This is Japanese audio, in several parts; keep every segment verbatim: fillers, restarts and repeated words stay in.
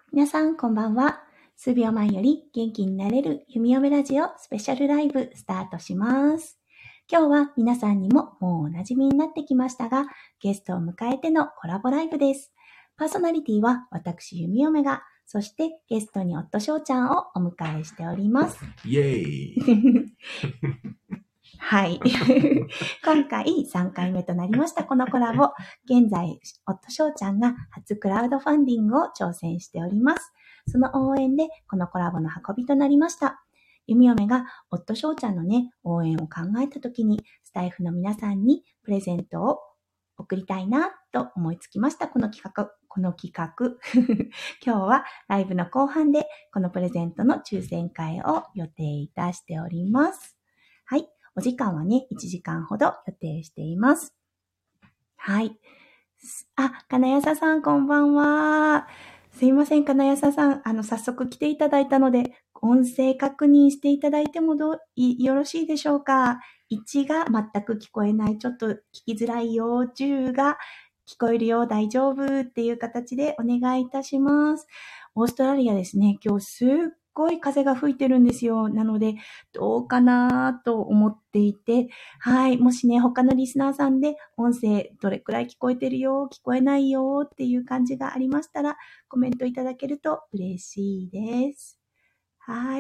皆さんこんばんは。数秒前より元気になれる弓嫁ラジオスペシャルライブスタートします。今日は皆さんにももうお馴染みになってきましたが、ゲストを迎えてのコラボライブです。パーソナリティは私弓嫁が、そしてゲストに夫翔ちゃんをお迎えしております。 イエーイはい。今回さんかいめとなりましたこのコラボ。現在、夫翔ちゃんが初クラウドファンディングを挑戦しております。その応援でこのコラボの運びとなりました。弓嫁が夫翔ちゃんのね、応援を考えたときに、スタイフの皆さんにプレゼントを送りたいなと思いつきました。この企画、この企画。今日はライブの後半でこのプレゼントの抽選会を予定いたしております。はい。お時間はね、いちじかんほど予定しています。はい。あ、金谷さん、こんばんは。すいません、金谷さん。あの、早速来ていただいたので、音声確認していただいてもどういよろしいでしょうか。いちが全く聞こえない、ちょっと聞きづらいよ。じゅうが聞こえるよ、大丈夫っていう形でお願いいたします。オーストラリアですね、今日すっすごい風が吹いてるんですよ。なので、どうかなと思っていて、はい。もしね、他のリスナーさんで音声どれくらい聞こえてるよ、聞こえないよっていう感じがありましたら、コメントいただけると嬉しいです。はい。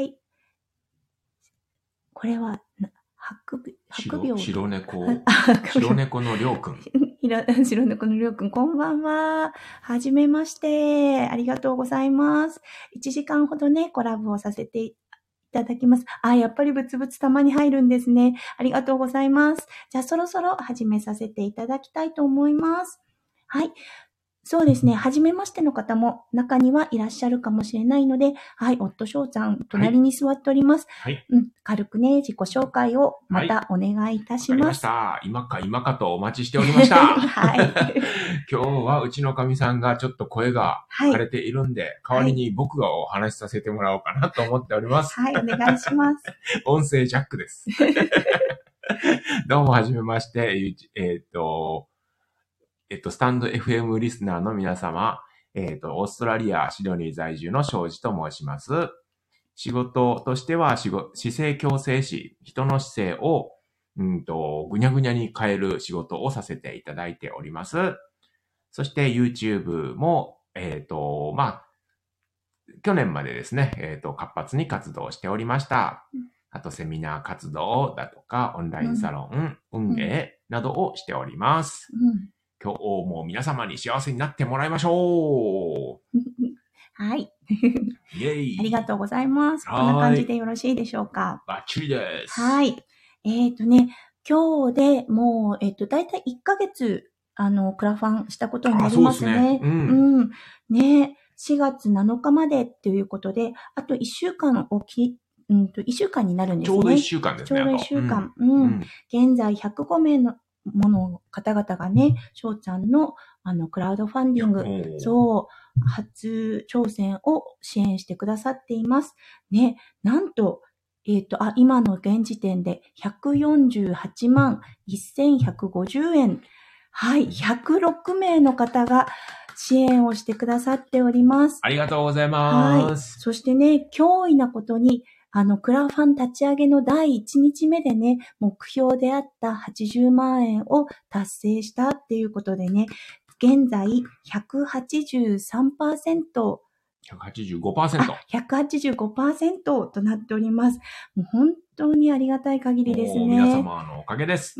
これは、白秒。白猫。白猫のりょうくん。 白猫のりょうくん、こんばんは。はじめまして。ありがとうございます。いちじかんほどね、コラボをさせていただきます。あ、やっぱりブツブツたまに入るんですね。ありがとうございます。じゃあそろそろ始めさせていただきたいと思います。はい。そうですね。初めましての方も中にはいらっしゃるかもしれないので、はい、夫翔ちゃん、隣に座っております。 はい。 うん、軽くね、自己紹介をまたお願いいたします。わかりました。今か今かとお待ちしておりました。はい。今日はうちのかみさんがちょっと声が枯れているんで、はい、代わりに僕がお話しさせてもらおうかなと思っております。 はい、お願いします。 音声ジャックです。どうもはじめまして、えっと、えっと、スタンド エフエム リスナーの皆様、えっと、オーストラリア・シドニー在住の庄司と申します。仕事としては、姿勢矯正士、人の姿勢を、うんと、ぐにゃぐにゃに変える仕事をさせていただいております。そして YouTube も、えっと、まあ、去年までですね、えっと、活発に活動しておりました。あと、セミナー活動だとか、オンラインサロン、うん、運営などをしております。うん今日も皆様に幸せになってもらいましょう。 はい。 イェイ。 ありがとうございます。こんな感じでよろしいでしょうか。 バッチリです。 はい。えっとね、今日でもう、えっと、だいたいいっかげつ、あの、クラファンしたことになりますね。そうですね。うん。うん。ね、しがつなのかまでっていうことで、あといっしゅうかんおき、うんと、いっしゅうかんになるんですね。 ちょうどいっしゅうかんですね。 ちょうどいっしゅうかん。うん。うん、現在ひゃくごめいのもの方々がね、翔ちゃんのあのクラウドファンディング、そう初挑戦を支援してくださっています。ね、なんとえっとあ今の現時点でひゃくよんじゅうはちまんせんひゃくごじゅうえん、はい、ひゃくろくめいの方が支援をしてくださっております。 ありがとうございます。 はい、そしてね、驚異なことに。あの、クラファン立ち上げのだいいちにちめでね、目標であったはちじゅうまんえんを達成したっていうことでね、現在 ひゃくはちじゅうさんパーセント、 ひゃくはちじゅうごパーセント。 ひゃくはちじゅうごパーセント となっております。もう本当にありがたい限りですね。 皆様のおかげです。 うん、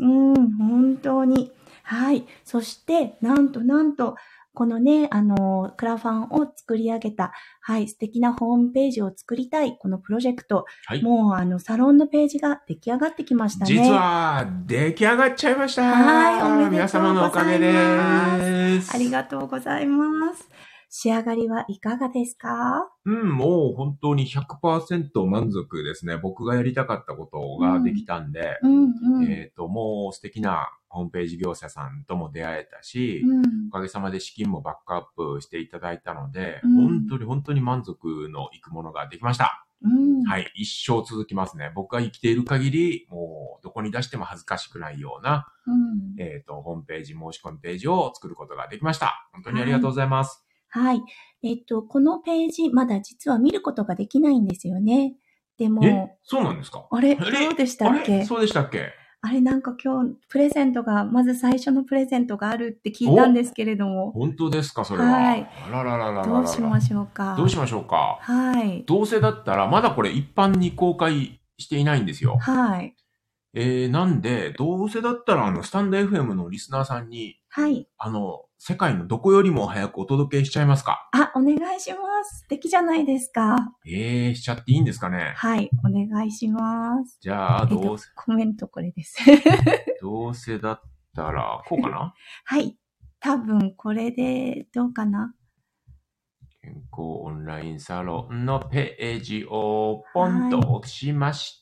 本当に。はい。そして、なんとなんと、このね、あの、クラファンを作り上げた、はい、素敵なホームページを作りたい、このプロジェクト。はい、もう、あの、サロンのページが出来上がってきましたね。 実は、出来上がっちゃいました。 はい、おめでとうございます。 皆様のおかげです。 ありがとうございます。仕上がりはいかがですか？ うん、もう本当に ひゃくパーセント 満足ですね。僕がやりたかったことができたんで、 うんうんうん、 えっと、もう素敵なホームページ業者さんとも出会えたし、 うん、 おかげさまで資金もバックアップしていただいたので、 うん、 本当に本当に満足のいくものができました。 うん、 はい、一生続きますね。僕が生きている限り、もうどこに出しても恥ずかしくないような、うん、えっと、ホームページ、申し込みページを作ることができました。本当にありがとうございます。 はい。えっと、このページ、まだ実は見ることができないんですよね。でえも、 そうなんですか？ あれあれどうでしたあれっけ？ そうでしたっけ？ あれなんか今日、プレゼントが、まず最初のプレゼントがあるって聞いたんですけれども。 本当ですか、それはは。 い。 あららららららら。 どうしましょうか。 どうしましょうか。 はい。 どうせだったら、まだこれ一般に公開していないんですよ。 はい。 えー、なんで、どうせだったら、あの、スタンド エフエム のリスナーさんに、 はい。 あの、世界のどこよりも早くお届けしちゃいますか？ あ、お願いします。素敵じゃないですか。 えー、しちゃっていいんですかね？ はい。お願いします。 じゃあ、 えっと、 どうせ、 コメントこれです。 どうせだったら、こうかな？ はい。多分これで、どうかな？ 健康オンラインサロンのページをポンと押しました。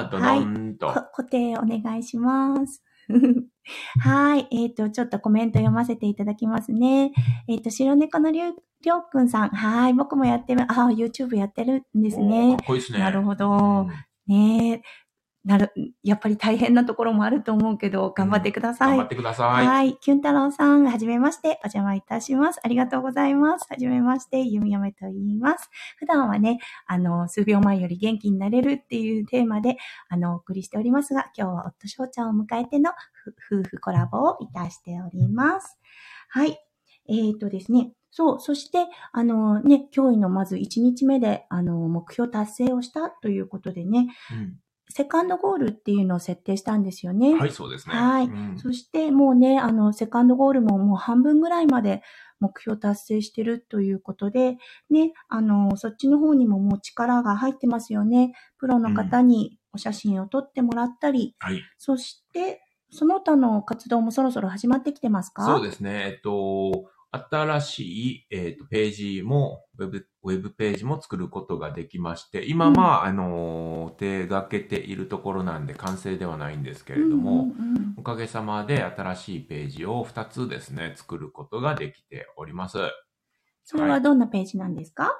ドドンと。 はい。固定お願いします。はい。えっ、ー、と、ちょっとコメント読ませていただきますね。えっ、ー、と、白猫のりょう、りょうくんさん。はい。僕もやってる。あ、YouTube やってるんですね。 かっこいいですね。 なるほど。うん、ねえ。なる、やっぱり大変なところもあると思うけど、頑張ってください。うん、 頑張ってください。 はい。キュン太郎さん、はじめまして。お邪魔いたします。ありがとうございます。はじめまして。ゆみよめと言います。普段はね、あの、数秒前より元気になれるっていうテーマで、あの、お送りしておりますが、今日は夫翔ちゃんを迎えての夫婦コラボをいたしております。はい。えーとですね。そう。そして、あのね、驚異のまずいちにちめで、あの、目標達成をしたということでね、うんセカンドゴールっていうのを設定したんですよね。 はい、そうですね。 はい。うん、そしてもうね、あの、セカンドゴールももう半分ぐらいまで目標達成してるということで、ね、あの、そっちの方にももう力が入ってますよね。プロの方にお写真を撮ってもらったり、うん、はい。そして、その他の活動もそろそろ始まってきてますか？ そうですね。えっと、新しい、えっと、ページも、ウェブ、ウェブページも作ることができまして、今、うん、まあ、あの、手がけているところなんで完成ではないんですけれども、うんうんうん、おかげさまで新しいページをふたつですね、作ることができております。 それはどんなページなんですか？はい、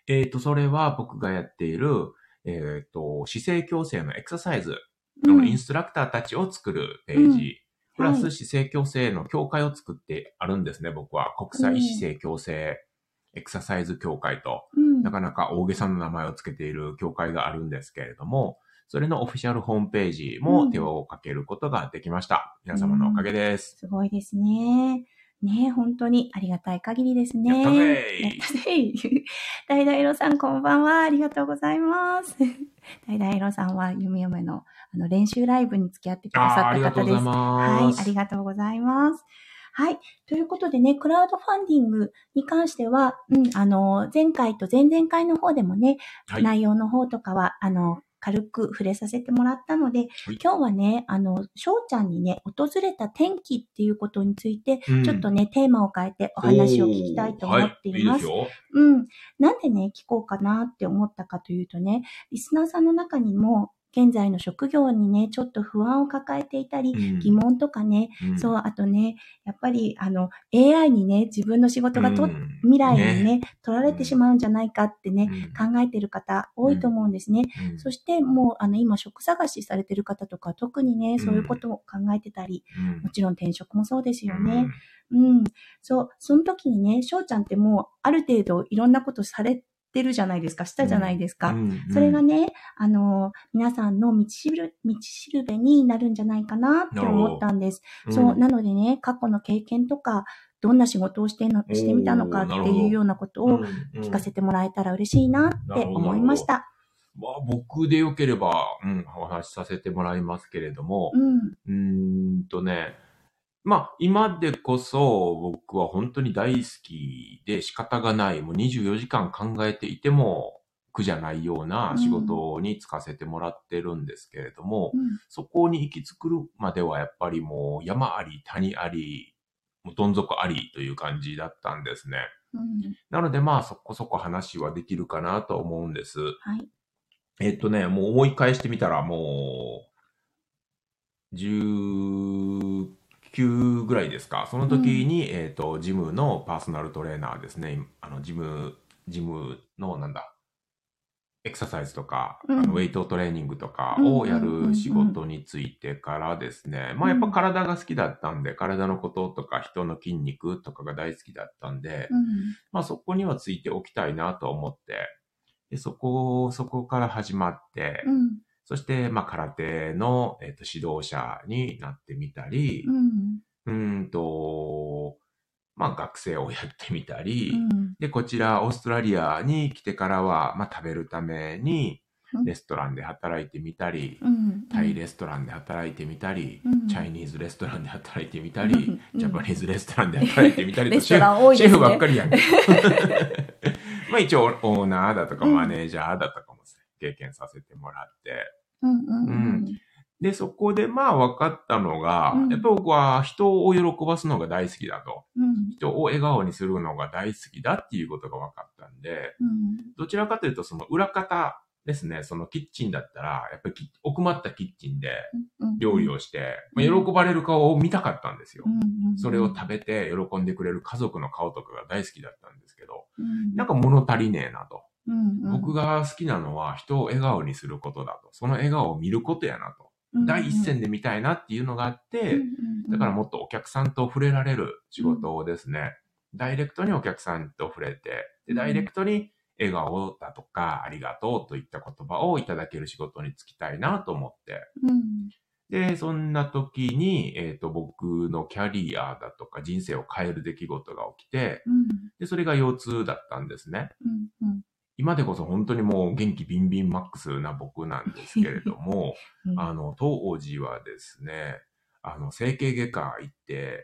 えっと、それは僕がやっている、えっと、姿勢矯正のエクササイズのインストラクターたちを作るページ、うんプラス姿勢矯正の協会を作ってあるんですね、僕は。国際姿勢矯正エクササイズ協会と、うん、なかなか大げさな名前をつけている協会があるんですけれども、それのオフィシャルホームページも手をかけることができました。うん、皆様のおかげです、 うん。すごいですね。ねえ、本当にありがたい限りですね。 やったぜーやったぜーだいだいろさんこんばんは。ありがとうございます。だいだいろさんはゆみよめのあの練習ライブに付き合ってくださった方です。ありがとうございます。はい、ありがとうございます。はい。ということでね、クラウドファンディングに関しては、うん、あの、前回と前々回の方でもね、はい、内容の方とかは、あの、軽く触れさせてもらったので、はい、今日はね、あの、翔ちゃんにね、訪れた転機っていうことについて、うん、ちょっとね、テーマを変えてお話を聞きたいと思っています。はい、いいですよ。うん。なんでね、聞こうかなって思ったかというとね、リスナーさんの中にも、現在の職業にね、ちょっと不安を抱えていたり、うん、疑問とかね、うん、そう、あとね、やっぱり、あの、エーアイ にね、自分の仕事がと、うん、未来にね、ね取られてしまうんじゃないかってね、うん、考えている方多いと思うんですね。うん、そして、もう、あの、今、職探しされている方とか、特にね、そういうことを考えてたり、うん、もちろん転職もそうですよね。うん、そう、その時にね、翔ちゃんってもう、ある程度、いろんなことされて、てるじゃないですか、したじゃないですか、うんうんうん。それがね、あの、皆さんの道しる、道しるべになるんじゃないかなって思ったんです。うん、そう、なのでね、過去の経験とか、どんな仕事をしてのしてみたのかっていうようなことを聞かせてもらえたら嬉しいなって思いました。 まあ、僕でよければ、うん、お話しさせてもらいますけれども、うん、うーんとね、まあ、今でこそ僕は本当に大好きで仕方がない、もうにじゅうよじかん考えていても苦じゃないような仕事に就かせてもらってるんですけれども、うん、そこに行き着くまではやっぱりもう山あり谷あり、もうどん底ありという感じだったんですね。うん、なのでまあそこそこ話はできるかなと思うんです。はい、えっとね、もう思い返してみたらもう、じゅうきゅうぐらいですか。その時に、うん、えっと、ジムのパーソナルトレーナーですね。あの、ジム、ジムの、なんだ、 エクササイズとか、 うんあのウェイトトレーニングとかをやる仕事についてからですね、まあやっぱ体が好きだったんで、体のこととか人の筋肉とかが大好きだったんで、 うんまあそこにはついておきたいなと思って、でそこ、そこから始まって、 うんそしてまあ空手の、えーと指導者になってみたり、 うんうーんと、まあ学生をやってみたり、 うんで、こちらオーストラリアに来てからは、まあ食べるためにうんレストランで働いてみたり、 うんタイレストランで働いてみたり、 うんチャイニーズレストランで働いてみたうり、 んジャパニーズレストランで働いてみたりと、 レストラン多いですねシェフシェフばっかりやん。まあ一応オーナーだとかマネージャーだとかも経験させてもらって、 うんうんうんで、そこでまあ分かったのが、 うんやっぱ僕は人を喜ばすのが大好きだと。 うん人を笑顔にするのが大好きだっていうことが分かったんで、 うんどちらかというとその裏方ですね、そのキッチンだったら、やっぱりき奥まったキッチンでうん料理をして、まあ、喜ばれる顔を見たかったんですよ。 うんうんそれを食べて喜んでくれる家族の顔とかが大好きだったんですけど、 うんなんか物足りねえなと。 うんうん僕が好きなのは人を笑顔にすることだと。その笑顔を見ることやなと。 うん第一線で見たいなっていうのがあって、だからもっとお客さんと触れられる仕事をですね、ダイレクトにお客さんと触れて、でダイレクトに笑顔だとかありがとうといった言葉をいただける仕事に就きたいなと思って、 うんで、そんな時に、えっと、僕のキャリアだとか人生を変える出来事が起きて、 うんで、それが腰痛だったんですね。 うんうん今でこそ本当にもう元気ビンビンマックスな僕なんですけれども、 うんあの、当時はですね、あの、整形外科行って、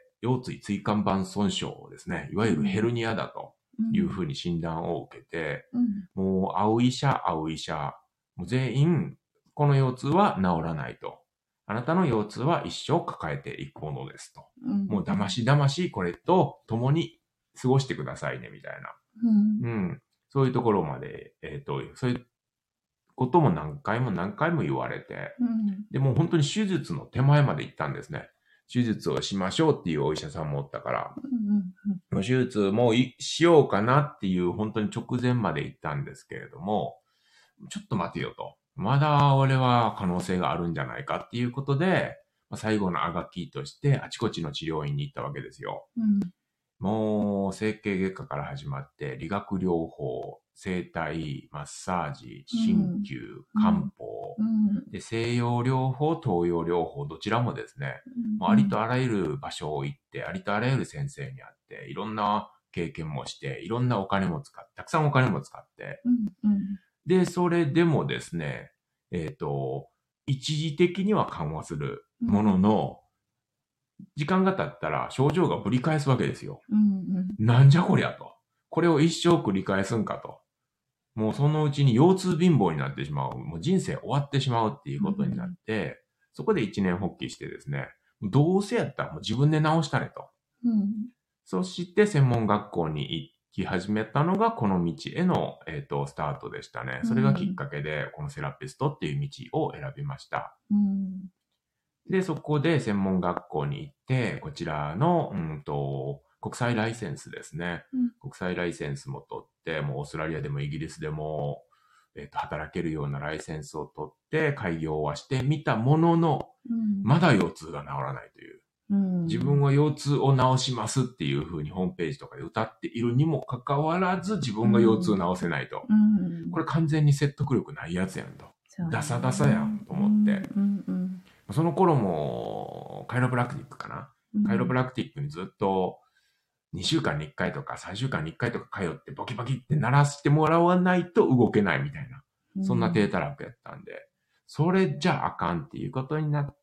腰椎椎間板損傷ですね、いわゆるヘルニアだというふうに診断を受けて、 うんもう、会う医者、会う医者、もう全員、この腰痛は治らないと。あなたの腰痛は一生抱えていくものですと。 うんもう、だましだましこれと共に過ごしてくださいね、みたいな。 うんうん。そういうところまで、えっと、そういうことも何回も何回も言われて、 うんで、もう本当に手術の手前まで行ったんですね。手術をしましょうっていうお医者さんもおったから、 うんもう手術もいしようかなっていう本当に直前まで行ったんですけれども、ちょっと待てよと。まだ俺は可能性があるんじゃないかっていうことで、まあ最後のあがきとしてあちこちの治療院に行ったわけですよ。 うんもう、整形外科から始まって、理学療法、整体、マッサージ、鍼灸、漢方、 うんで、西洋療法、東洋療法、どちらもですね、もうありとあらゆる場所を行って、ありとあらゆる先生に会って、いろんな経験もして、いろんなお金も使って、たくさんお金も使って、 うんうんで、それでもですね、えっと、一時的には緩和するものの、時間が経ったら症状がぶり返すわけですよ。 うんうんなんじゃこりゃと。これを一生繰り返すんかと。もうそのうちに腰痛貧乏になってしまう。もう人生終わってしまうっていうことになって、そこで一年発起してですね、どうせやったらもう自分で治したれと。 うんそして専門学校に行き始めたのがこの道への、えーと、スタートでしたね。それがきっかけで、このセラピストっていう道を選びました。 うんで、そこで専門学校に行って、こちらの、うんと、国際ライセンスですね。 うん国際ライセンスも取って、もうオーストラリアでもイギリスでも、えっと、働けるようなライセンスを取って開業はしてみたものの、 うんまだ腰痛が治らないという。 うん自分は腰痛を治しますっていうふうにホームページとかで歌っているにもかかわらず自分が腰痛を治せないと。 うんこれ完全に説得力ないやつやんと。 そうダサダサやんと思って。 うんうんその頃も、カイロプラクティックかな。 うんカイロプラクティックにずっとにしゅうかんにいっかいとかさんしゅうかんにいっかいとか通ってボキボキって鳴らしてもらわないと動けないみたいな。そんな低たらくやったんで、それじゃあかんっていうことになって、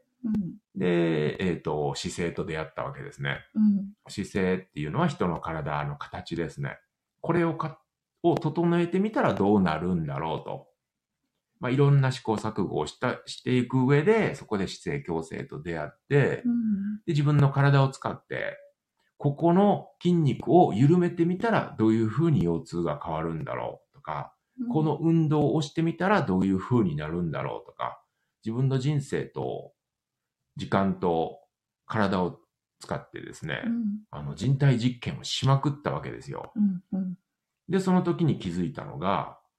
うんで、えっと、姿勢と出会ったわけですね。 うん姿勢っていうのは人の体の形ですね。これをか、を整えてみたらどうなるんだろうと。まあ、いろんな試行錯誤をしたしていく上で、そこで姿勢矯正と出会って、 うんで、自分の体を使って、ここの筋肉を緩めてみたらどういう風に腰痛が変わるんだろうとか、この運動をしてみたらどういう風になるんだろうとか、自分の人生と時間と体を使ってですね、 うんあの人体実験をしまくったわけですよ。 うんうんで、その時に気づいたのが、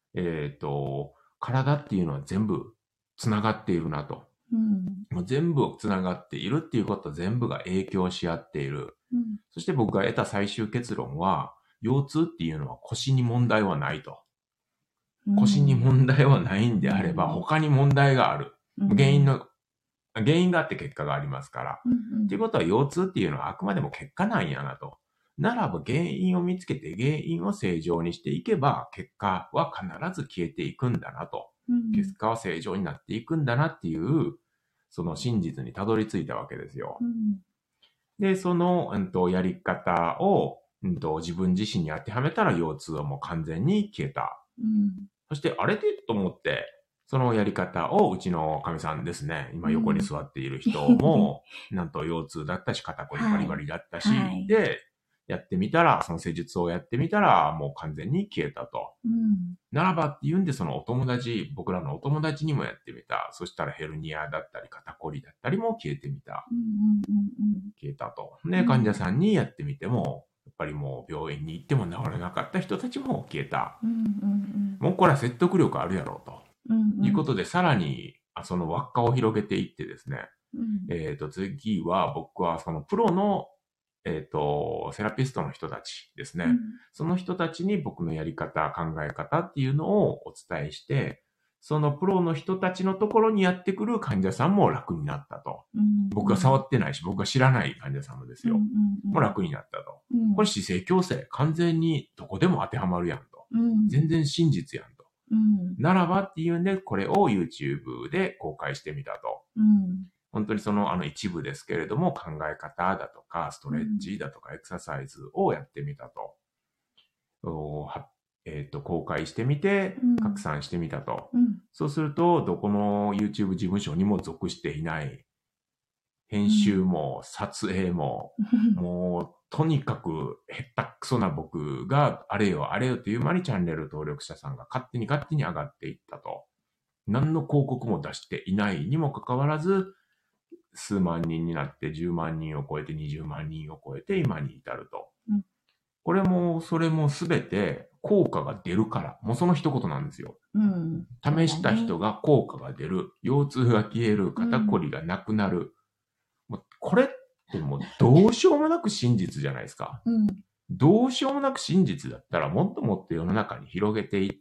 えっと、体っていうのは全部つながっているなと。 うん。 もう全部つながっているっていうことは全部が影響し合っている。 うん。 そして僕が得た最終結論は、腰痛っていうのは腰に問題はないと。腰に問題はないんであれば、 うん他に問題がある。 うん原因の、原因があって結果がありますから。 うんということは腰痛っていうのはあくまでも結果なんやなと。ならば原因を見つけて原因を正常にしていけば結果は必ず消えていくんだなと。 うん結果は正常になっていくんだなっていうその真実にたどり着いたわけですよ。 うんで、その、うん、とやり方を、うん、と自分自身に当てはめたら腰痛はもう完全に消えた。 うんそしてあれでと思ってそのやり方をうちのかみさんですね、今横に座っている人も、なんと腰痛だったし、肩こりバリバリだったし、 はいで、やってみたら、その施術をやってみたら、もう完全に消えたと。 うんならばっていうんで、そのお友達、僕らのお友達にもやってみた。そしたらヘルニアだったり、肩こりだったりも消えてみた。 うんうん消えたと。で、 うん患者さんにやってみても、やっぱりもう病院に行っても治らなかった人たちも消えた。 うんうんもうこれは説得力あるやろうと。 うんうんいうことで、さらに、あその輪っかを広げていってですね、 うんえっと、次は僕はそのプロの、えっと、セラピストの人たちですね。その人たちに僕のやり方、考え方っていうのをお伝えして、そのプロの人たちのところにやってくる患者さんも楽になったと。 うん僕が触ってないし、僕が知らない患者さんもですよ。 うんうんもう楽になったと。 うんこれ姿勢矯正、完全にどこでも当てはまるやんと。 うん全然真実やんと。 うんならばっていうんで、これを YouTube で公開してみたと。 うん本当にそのあの一部ですけれども、考え方だとか、ストレッチだとか、エクササイズをやってみたと。おはえっと、公開してみてうん、 拡散してみたと。 うんそうすると、どこの YouTube 事務所にも属していない、編集も撮影も、もう、とにかく、へったくそな僕が、あれよあれよという間にチャンネル登録者さんが勝手に勝手に上がっていったと。何の広告も出していないにもかかわらず、数万人になってじゅうまん人を超えてにじゅうまん人を超えて今に至ると。 うんこれも、それもすべて効果が出るから、もうその一言なんですよ。 うん試した人が効果が出る、腰痛が消える、肩こりがなくなる。もうこれってもうどうしようもなく真実じゃないですか。 うんどうしようもなく真実だったらもっともっと世の中に広げていって、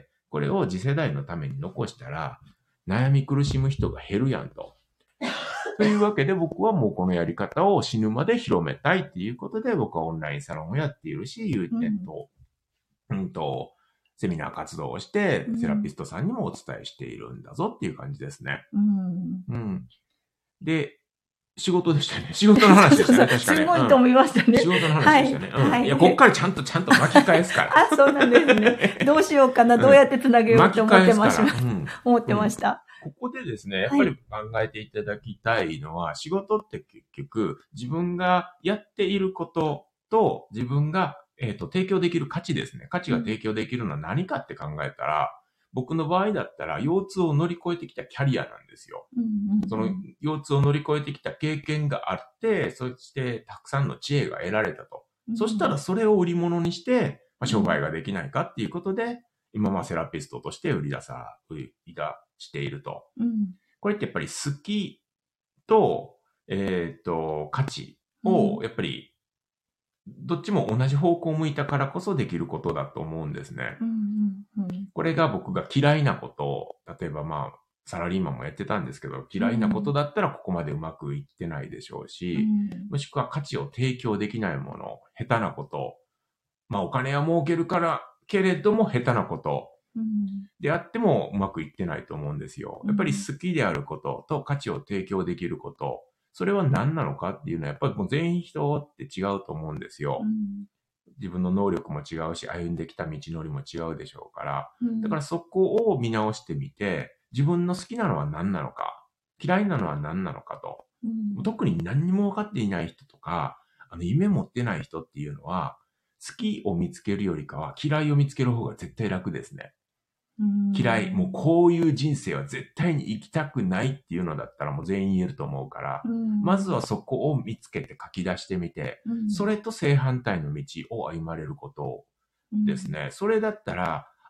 これを次世代のために残したら悩み苦しむ人が減るやんと。というわけで僕はもうこのやり方を死ぬまで広めたいっていうことで僕はオンラインサロンをやっているし、 うんえっと、うんと、セミナー活動をしてうんセラピストさんにもお伝えしているんだぞっていう感じですね。 うんうん。で、仕事でしたよね。仕事の話でしたね。確かに。 すごいと思いましたね。 仕事の話でしたね。うん。 はいはいいや、こっからちゃんとちゃんと巻き返すから。 あ、そうなんですね。どうしようかな、どうやってつなげよう巻きと思って返すから。 ました。 うん。 思ってました。 ここでですね、やっぱり考えていただきたいのは、仕事って結局、自分がやっていることと、自分が、えっと、提供できる価値ですね。価値が提供できるのは何かって考えたら、僕の場合だったら、腰痛を乗り越えてきたキャリアなんですよ。 うんうんその腰痛を乗り越えてきた経験があって、そしてたくさんの知恵が得られたと。そしたらそれを売り物にして、まあ、商売ができないかっていうことで、今はセラピストとして売り出さ、売り出していると。 うんこれってやっぱり好きと、えっと、価値を、やっぱり、どっちも同じ方向を向いたからこそできることだと思うんですね。 うんうんうんこれが僕が嫌いなことを、例えばまあ、サラリーマンもやってたんですけど、嫌いなことだったらここまでうまくいってないでしょうし、もしくは価値を提供できないもの、下手なこと、まあお金は儲けるからけれども下手なことうんであってもうまくいってないと思うんですよ。やっぱり好きであることと価値を提供できること、それは何なのかっていうのはやっぱりもう全員人って違うと思うんですよ。 うん自分の能力も違うし、歩んできた道のりも違うでしょうから。 うんだからそこを見直してみて、自分の好きなのは何なのか、嫌いなのは何なのかと。 うん特に何にも分かっていない人とか、あの夢持ってない人っていうのは、好きを見つけるよりかは嫌いを見つける方が絶対楽ですね。 うん嫌い、もうこういう人生は絶対に生きたくないっていうのだったらもう全員言えると思うから、 うんまずはそこを見つけて書き出してみて、 うんそれと正反対の道を歩まれることですね。それだったら、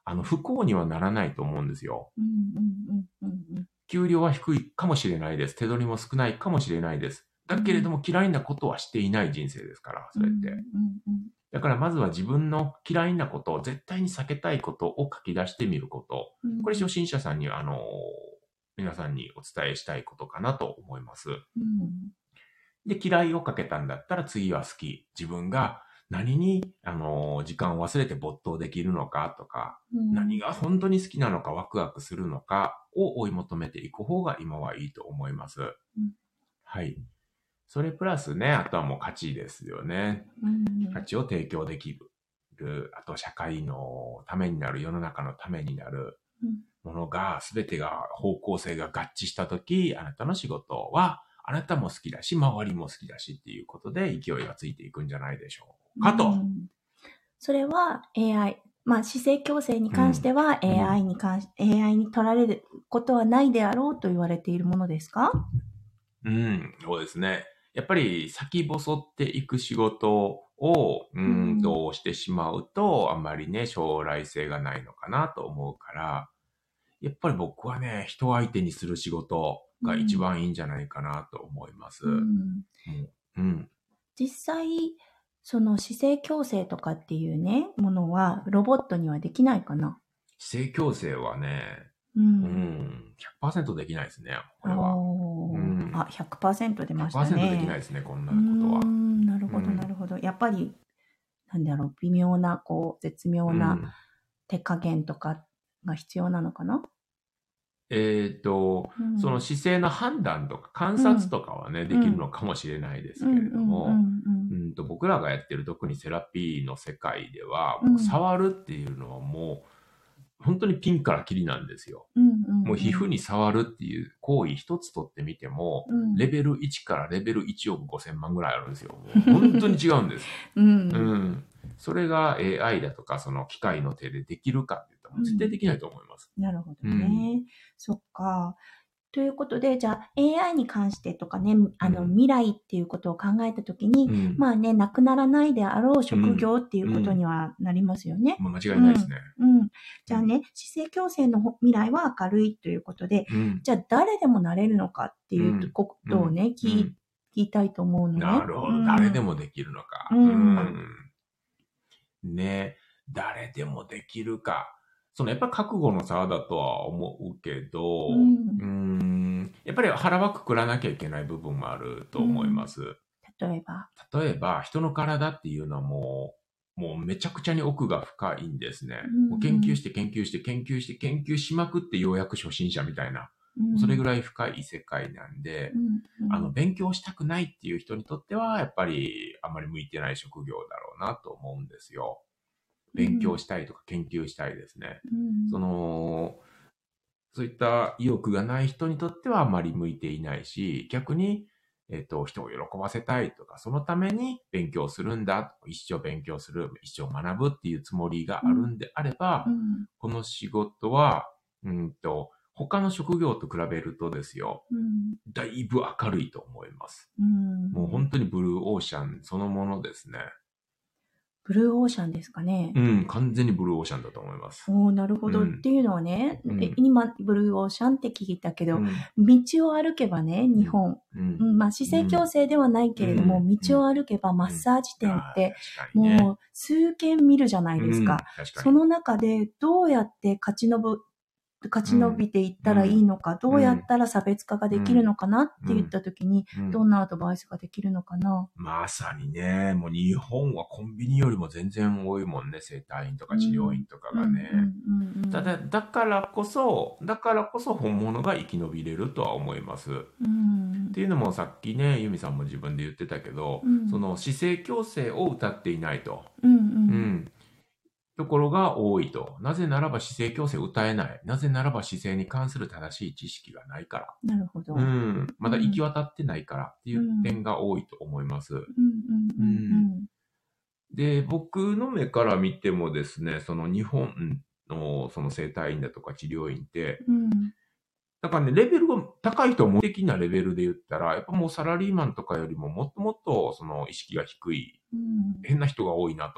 あの、不幸にはならないと思うんですよ。 うんうんうんうんうん。 給料は低いかもしれないです。手取りも少ないかもしれないです。だけれども嫌いなことはしていない人生ですから、それって。 うんうんうんだからまずは自分の嫌いなことを、絶対に避けたいことを書き出してみること。 うんこれ初心者さんに、あの、皆さんにお伝えしたいことかなと思います。 うんで、嫌いをかけたんだったら次は好き。自分が何に、あの、時間を忘れて没頭できるのかとか、 うん何が本当に好きなのかワクワクするのかを追い求めていく方が今はいいと思います。 うんはい。それプラスね、あとはもう価値ですよね。 うん価値を提供できる。あと社会のためになる、世の中のためになるものが、すべてが方向性が合致したとき、あなたの仕事はあなたも好きだし、周りも好きだしっていうことで勢いがついていくんじゃないでしょうかと。 うん、それは エーアイ、まあ、姿勢矯正に関しては エーアイ に関し、エーアイ に取られることはないであろうと言われているものですか？ うん、そうですね。やっぱり先細っていく仕事を、うんとしてしまうと、あんまりね、将来性がないのかなと思うから、やっぱり僕はね、人相手にする仕事が一番いいんじゃないかなと思います。 うんうんうん、 実際、その姿勢矯正とかっていうね、ものはロボットにはできないかな？ 姿勢矯正はね、 う。 うんん、ひゃくパーセントできないですね、これは。 おーうんあ、ひゃくパーセント出ましたね。 ひゃくパーセントできないですね、こんなうことはー。ん、なるほど、 うんなるほど。やっぱり、なんだろう、微妙な、こう、絶妙うなん手加減とかが必要なのかな？ えっと、 うんその姿勢の判断とか観察とかはね、できるのかもしれないですけれども、 うんうんうんうんと僕らがやってる特にセラピーの世界では、 うんもう触るっていうのはもう本当にピンからキリなんですよ。 うんうんもう皮膚に触るっていう行為一つとってみても、 うんレベルいちからレベルいちおくごせんまんぐらいあるんですよ。もう本当に違うんです。 うんうん。それが エーアイ だとか、その機械の手でできるかって言ったら、もう絶対できないと思います。 なるほどね。そっか。ということで、じゃあ エーアイ に関してとかね、あの、 うん未来っていうことを考えたときに、 うん。 まあね、なくならないであろう職業っていうことにはなりますよね。 もう間違いないですね。 うん。じゃあね、姿勢矯正の未来は明るいということで、 うん。 じゃあ誰でもなれるのかっていうことをね、 うん聞い聞きたいと思うのね。 なるほど。 うん誰でもできるのか。 うんうんね。誰でもできるか。そのやっぱり覚悟の差だとは思うけど、 ううんんやっぱり腹はくくらなきゃいけない部分もあると思います。 例えば。 例えば、人の体っていうのはもう、もうめちゃくちゃに奥が深いんですね。 うんもう研究して研究して研究して研究しまくってようやく初心者みたいな、 うんそれぐらい深い世界なんで、 うんうんあの、勉強したくないっていう人にとっては、やっぱりあまり向いてない職業だろうなと思うんですよ。勉強したいとか研究したいですね。 うんその、そういった意欲がない人にとってはあまり向いていないし、逆に、えっと、人を喜ばせたいとか、そのために勉強するんだ、一生勉強する、一生学ぶっていうつもりがあるんであれば、 うんこの仕事は、うんと、他の職業と比べるとですよ、 うんだいぶ明るいと思います。 うんもう本当にブルーオーシャンそのものですね。 ブルーオーシャンですかね。 うん、完全にブルーオーシャンだと思います。 おーなるほど、 うんっていうのはね、 うんえ今、ブルーオーシャンって聞いたけど、 うん道を歩けばね、日本、 うんうんまあ、姿勢矯正ではないけれども、 うん道を歩けばマッサージ店って、 あー確かにねもう数軒見るじゃないですか。 うん確かにその中でどうやって勝ち延ぶ、勝ち延びていったらいいのか、どうやったら差別化ができるのかなって言ったときに、 うんどんなアドバイスができるのかな。 まさにね、もう日本はコンビニよりも全然多いもんね、整体院とか治療院とかがね。 うんうんうんただ、だからこそ、だからこそ本物が生き延びれるとは思います。 うんっていうのもさっきね、ユミさんも自分で言ってたけど、 うんその姿勢矯正を謳っていないと。 うんううんん。ところが多いと。なぜならば姿勢矯正を謳えない。なぜならば姿勢に関する正しい知識がないから。 なるほど。 ううんん。まだ行き渡ってないからっていう点が多いと思います。 うんうんで、僕の目から見てもですね、その日本のその整体院だとか治療院って、 うんうんだからね、レベルが高い人は的なレベルで言ったら、やっぱもうサラリーマンとかよりももっともっとその意識が低い、 うん変な人が多いなと。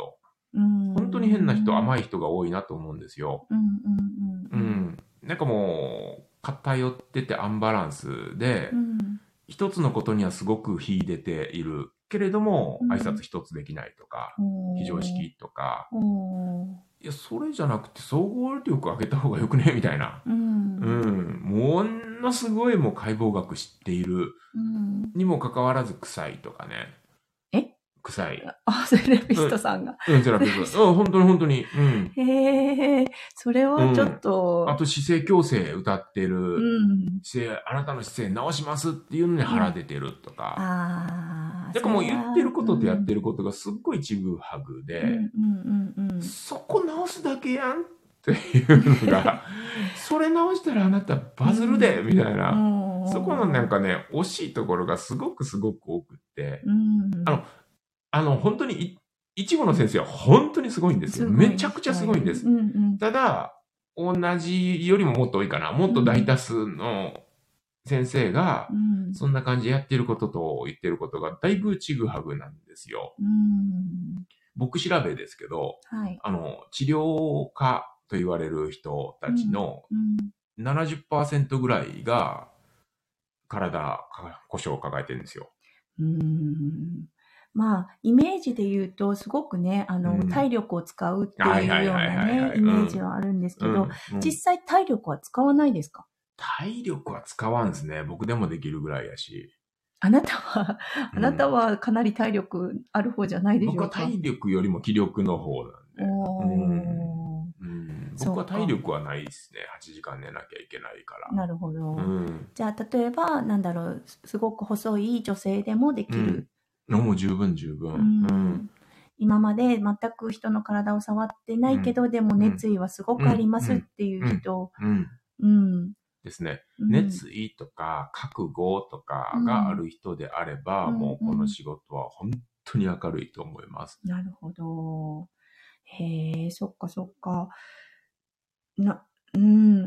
うん、 本当に変な人、甘い。 い人が多いなと思うんですよ。 うんうんううんん。なんかもう、偏っててアンバランスで、 うん。 一つのことにはすごく秀でているけれども、挨拶一つできないとか、非常おー。 識とか、 おー。 いや、それじゃなくて総合力上げた方がよくねみたいな。 うん。 うん。ものすごいもう解剖学知っているうん。 にもかかわらず臭いとかね。 え臭い。 あ、セラピストさんが。 うん、セラピスト。うん、本当に本当に。うん。 へえ、それはちょっと、 あと姿勢矯正歌ってうる、 ん。 姿勢、あなたの姿勢直しますっていうのに腹出てるとか。 ああ、 だからもうそれは、 言ってることとやってる。 ることがすっごいちぐはぐで、 うんうんうんうん。 そこ直すだけやんっていうのが、それ直したらあなたバズるで、みたいな。そこのなんかね、惜しいところがすごくすごく多くって、 うん、 あの、あの、本当にい、いちごの先生は本当にすごいんですよ。 すごいめちゃくちゃすごいんです。 うんうん、 ただ、同じよりももっと多いかな。もっと大多数の先生が、そんな感じでやってることと言ってることがだいぶちぐはぐなんですよ。 うん、 僕調べですけど、 はい、 あの、治療家と言われる人たちのななじゅっパーセントぐらいが体故障を抱えてるんですよ。 うん、まあ、イメージで言うと、すごくね、あの、うん、体力を使うっていうようなね、イメージはあるんですけど、うんうん、実際体力は使わないですか？ 体力は使わんですね。僕でもできるぐらいやし。 あなたは、あなたはかなり体力ある方じゃないでしょうか？ 僕は体力よりも気力の方なんで。うんうん、僕は体力はないですね。はちじかん寝なきゃいけないから。 なるほど。うん、じゃあ、例えば、なんだろう、すごく細い女性でもできる。 うん、もう十分十分。うんうん、 今まで全く人の体を触ってないけど、うん、でも熱意はすごくありますっていう人。 うん。ですね。熱意とか覚悟とかがある人であれば、うん、もうこの仕事は本当に明るいと思います。 なるほど。へえ、そっかそっか。な、うん。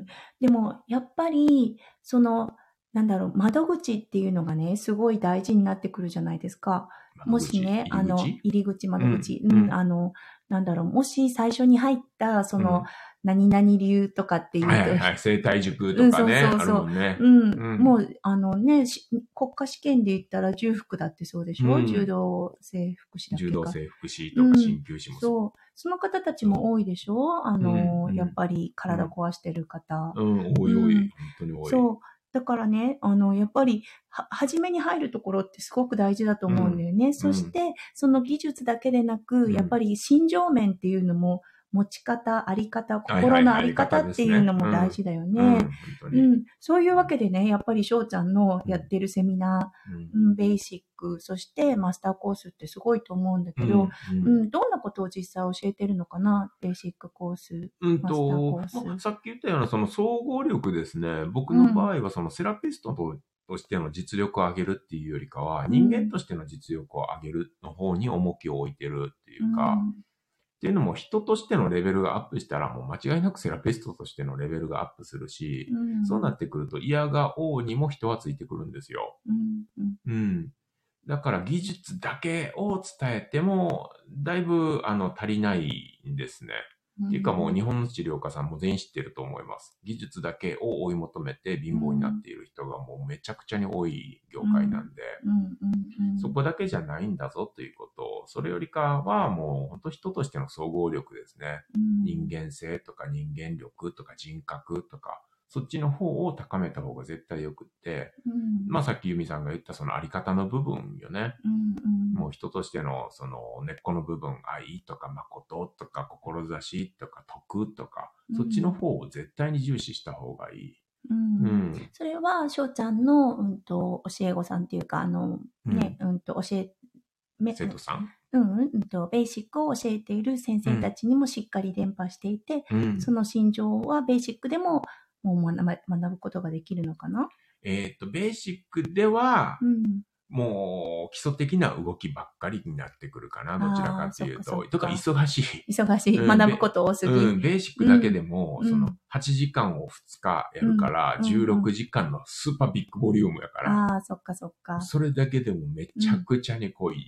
でも、やっぱり、その、なんだろう、窓口っていうのがね、すごい大事になってくるじゃないですか。もしね、あの、入り口、窓口、うん、うん、あの、なんだろう、もし最初に入った、その、うん、何々流とかっていうと。 はいはいはい、生体塾とかね。うん、そうそうそう。 ね、うん、うん。もう、あのね、国家試験で言ったら重複だってそうでしょ、うん、柔道整復師だっけか。 柔道整復師とか鍼灸師もそう。そう。その方たちも多いでしょ、あの、うん、やっぱり体壊してる方。 うん、うん、多い多い、うん。本当に多い。 そう。だからね、あの、やっぱり、は、初めに入るところってすごく大事だと思うんだよね。うん、そして、その技術だけでなく、うん、やっぱり心情面っていうのも、持ち方、あり方、心のあり方っていうのも大事だよね。うん。そういうわけでね、やっぱり翔ちゃんのやってるセミナー、うん、ベーシック、そしてマスターコースってすごいと思うんだけど、うん、うん、どんなことを実際教えてるのかな、ベーシックコース、 うんと、マスターコース。まあ、さっき言ったようなその総合力ですね。僕の場合はそのセラピストと、としての実力を上げるっていうよりかは、人間としての実力を上げるの方に重きを置いてるっていうか、うん、っていうのも人としてのレベルがアップしたらもう間違いなくセラピストとしてのレベルがアップするし、うん、そうなってくると嫌が王にも人はついてくるんですよ。うん。うん、だから技術だけを伝えてもだいぶあの足りないんですね。うん、っていうかもう日本の治療家さんも全員知ってると思います。技術だけを追い求めて貧乏になっている人がもうめちゃくちゃに多い業界なんで、そこだけじゃないんだぞということを、それよりかはもう本当人としての総合力ですね。うん、人間性とか人間力とか人格とか、そっちの方を高めた方が絶対よくって、うん、まあさっき由美さんが言ったそのあり方の部分よね。うんうん、もう人としてのその根っこの部分、愛とか誠とか志とか徳とか、そっちの方を絶対に重視した方がいい。 うんうん、それは翔ちゃんの、うん、と教え子さんっていうかあのね、うん、うんと教え生徒さん、 うん、うんとベーシックを教えている先生たちにもしっかり伝播していて、うん、その心情はベーシックでももう学ぶことができるのかな？ えっと、ベーシックでは、うん、もう基礎的な動きばっかりになってくるかな、どちらかっていうと。とか、忙しい。 忙しい。うん、学ぶこと多すぎ。 うん、ベーシックだけでも、うん、その、はちじかんをふつかやるから、うん、じゅうろくじかんのスーパービッグボリュームやから。 ああ、そっかそっか。 それだけでもめちゃくちゃに濃い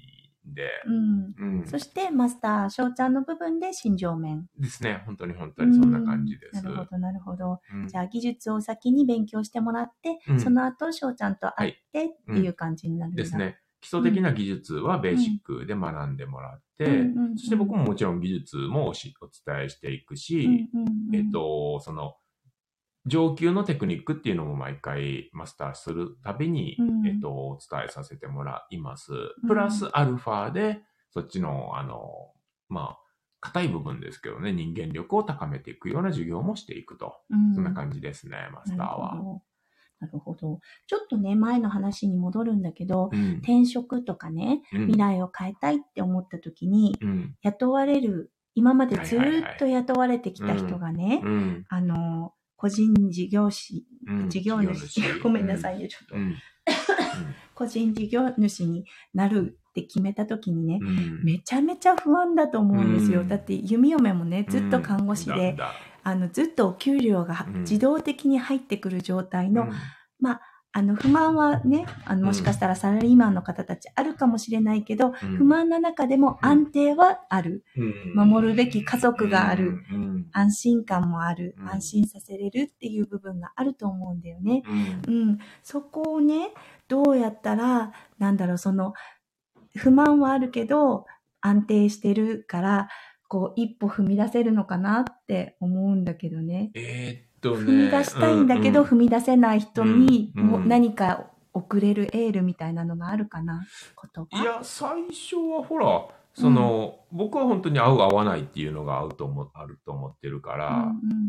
で。 うんうん、そしてマスター翔ちゃんの部分で心情面ですね。本当に本当にそんな感じです。 なるほどなるほど、 うん、 じゃあ技術を先に勉強してもらって、うん、その後翔ちゃんと会ってっていう感じになるんだ、 はい、うん、ですね。基礎的な技術はベーシックで学んでもらって、うん、そして僕ももちろん技術もお伝えしていくし、うんうんうん、えっと、その、上級のテクニックっていうのも毎回マスターするたびに、うん、えっと、お伝えさせてもらいます。プラスアルファで、そっちの、あの、まあ、硬い部分ですけどね、人間力を高めていくような授業もしていくと。うん、そんな感じですね、マスターは。 なるほど。ちょっとね、前の話に戻るんだけど、うん、転職とかね、うん、未来を変えたいって思った時に、うん、雇われる、今までずっと雇われてきた人がね、あの、個人事業主、事業主、ごめんなさいね、ちょっと。個人事業主になるって決めた時にね、めちゃめちゃ不安だと思うんですよ。だって弓嫁もね、ずっと看護師で、あの、ずっとお給料が自動的に入ってくる状態の、うん、まあ、あの、不満はね、あの、もしかしたらサラリーマンの方たちあるかもしれないけど、うん、不満の中でも安定はある。うん、守るべき家族がある。うん、安心感もある。安心させれるっていう部分があると思うんだよね。うん。そこをね、どうやったら、なんだろう、その、不満はあるけど、安定してるから、こう、一歩踏み出せるのかなって思うんだけどね。 えー、っとね。 踏み出したいんだけど、うんうん、踏み出せない人に、も何か送れるエールみたいなのがあるかな、言葉。 いや、最初はほら、その、うん、僕は本当に合う合わないっていうのが合うと思、あると思ってるから、うんうんうん、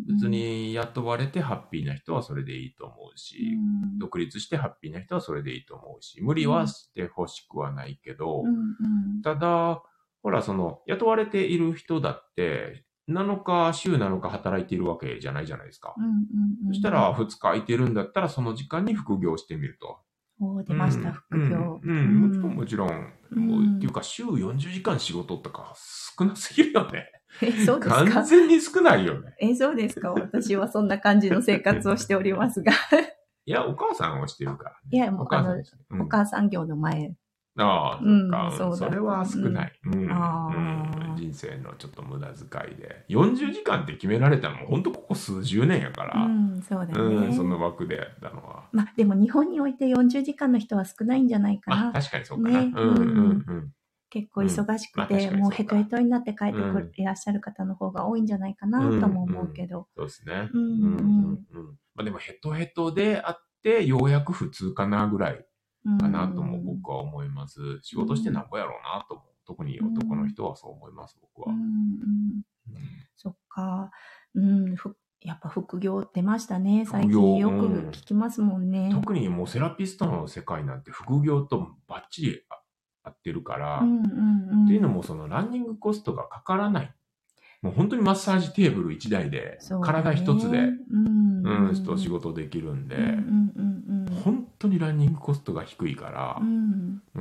別に雇われてハッピーな人はそれでいいと思うし、うん、独立してハッピーな人はそれでいいと思うし、無理はしてほしくはないけど、うんうん、ただ、ほら、その、雇われている人だって、なのか、週なのか働いているわけじゃないじゃないですか。うんうんうん、そしたら、ふつか空いてるんだったら、その時間に副業してみると。 お出ました、うん、副業。 うん、うん、もちろん、もちろん。うん、もうっていうか、週よんじゅうじかん仕事とか少なすぎるよね。 え、そうですか？ 完全に少ないよね。 え、そうですか？私はそんな感じの生活をしておりますが。 いや、お母さんをしてるから、ね。 いや、もう、あの、うん、お母さん業の前。 ああ、そっか、うん、そうそれは少ない、うんうんうん。人生のちょっと無駄遣いで。よんじゅうじかんって決められたのも、ほんとここ数十年やから。 うん、そうだね。 うん、その枠でやったのは。 まあ、でも日本においてよんじゅうじかんの人は少ないんじゃないかな。 あ、確かにそうかな。ね、うんうんうん。 結構忙しくて、うんまあ、もうヘトヘトになって帰ってくる、いらっしゃる方の方が多いんじゃないかなとも思うけど。 うんうん、そうですね。うんうんうん。まあ、でもヘトヘトであって、ようやく普通かなぐらい。かなとも僕は思います。仕事してなんぼやろうなと思う。特に男の人はそう思います、僕は。うんうんうん、そっか。うん、やっぱ副業出ましたね。最近よく聞きますもんね。 うん、特にもうセラピストの世界なんて副業とバッチリ合ってるから、うんうんうん、っていうのもそのランニングコストがかからない。もう本当にマッサージテーブル一台で、体一つで、うんうんうん、と仕事できるんで、うんうんうんうん、本当にランニングコストが低いから、うんうん、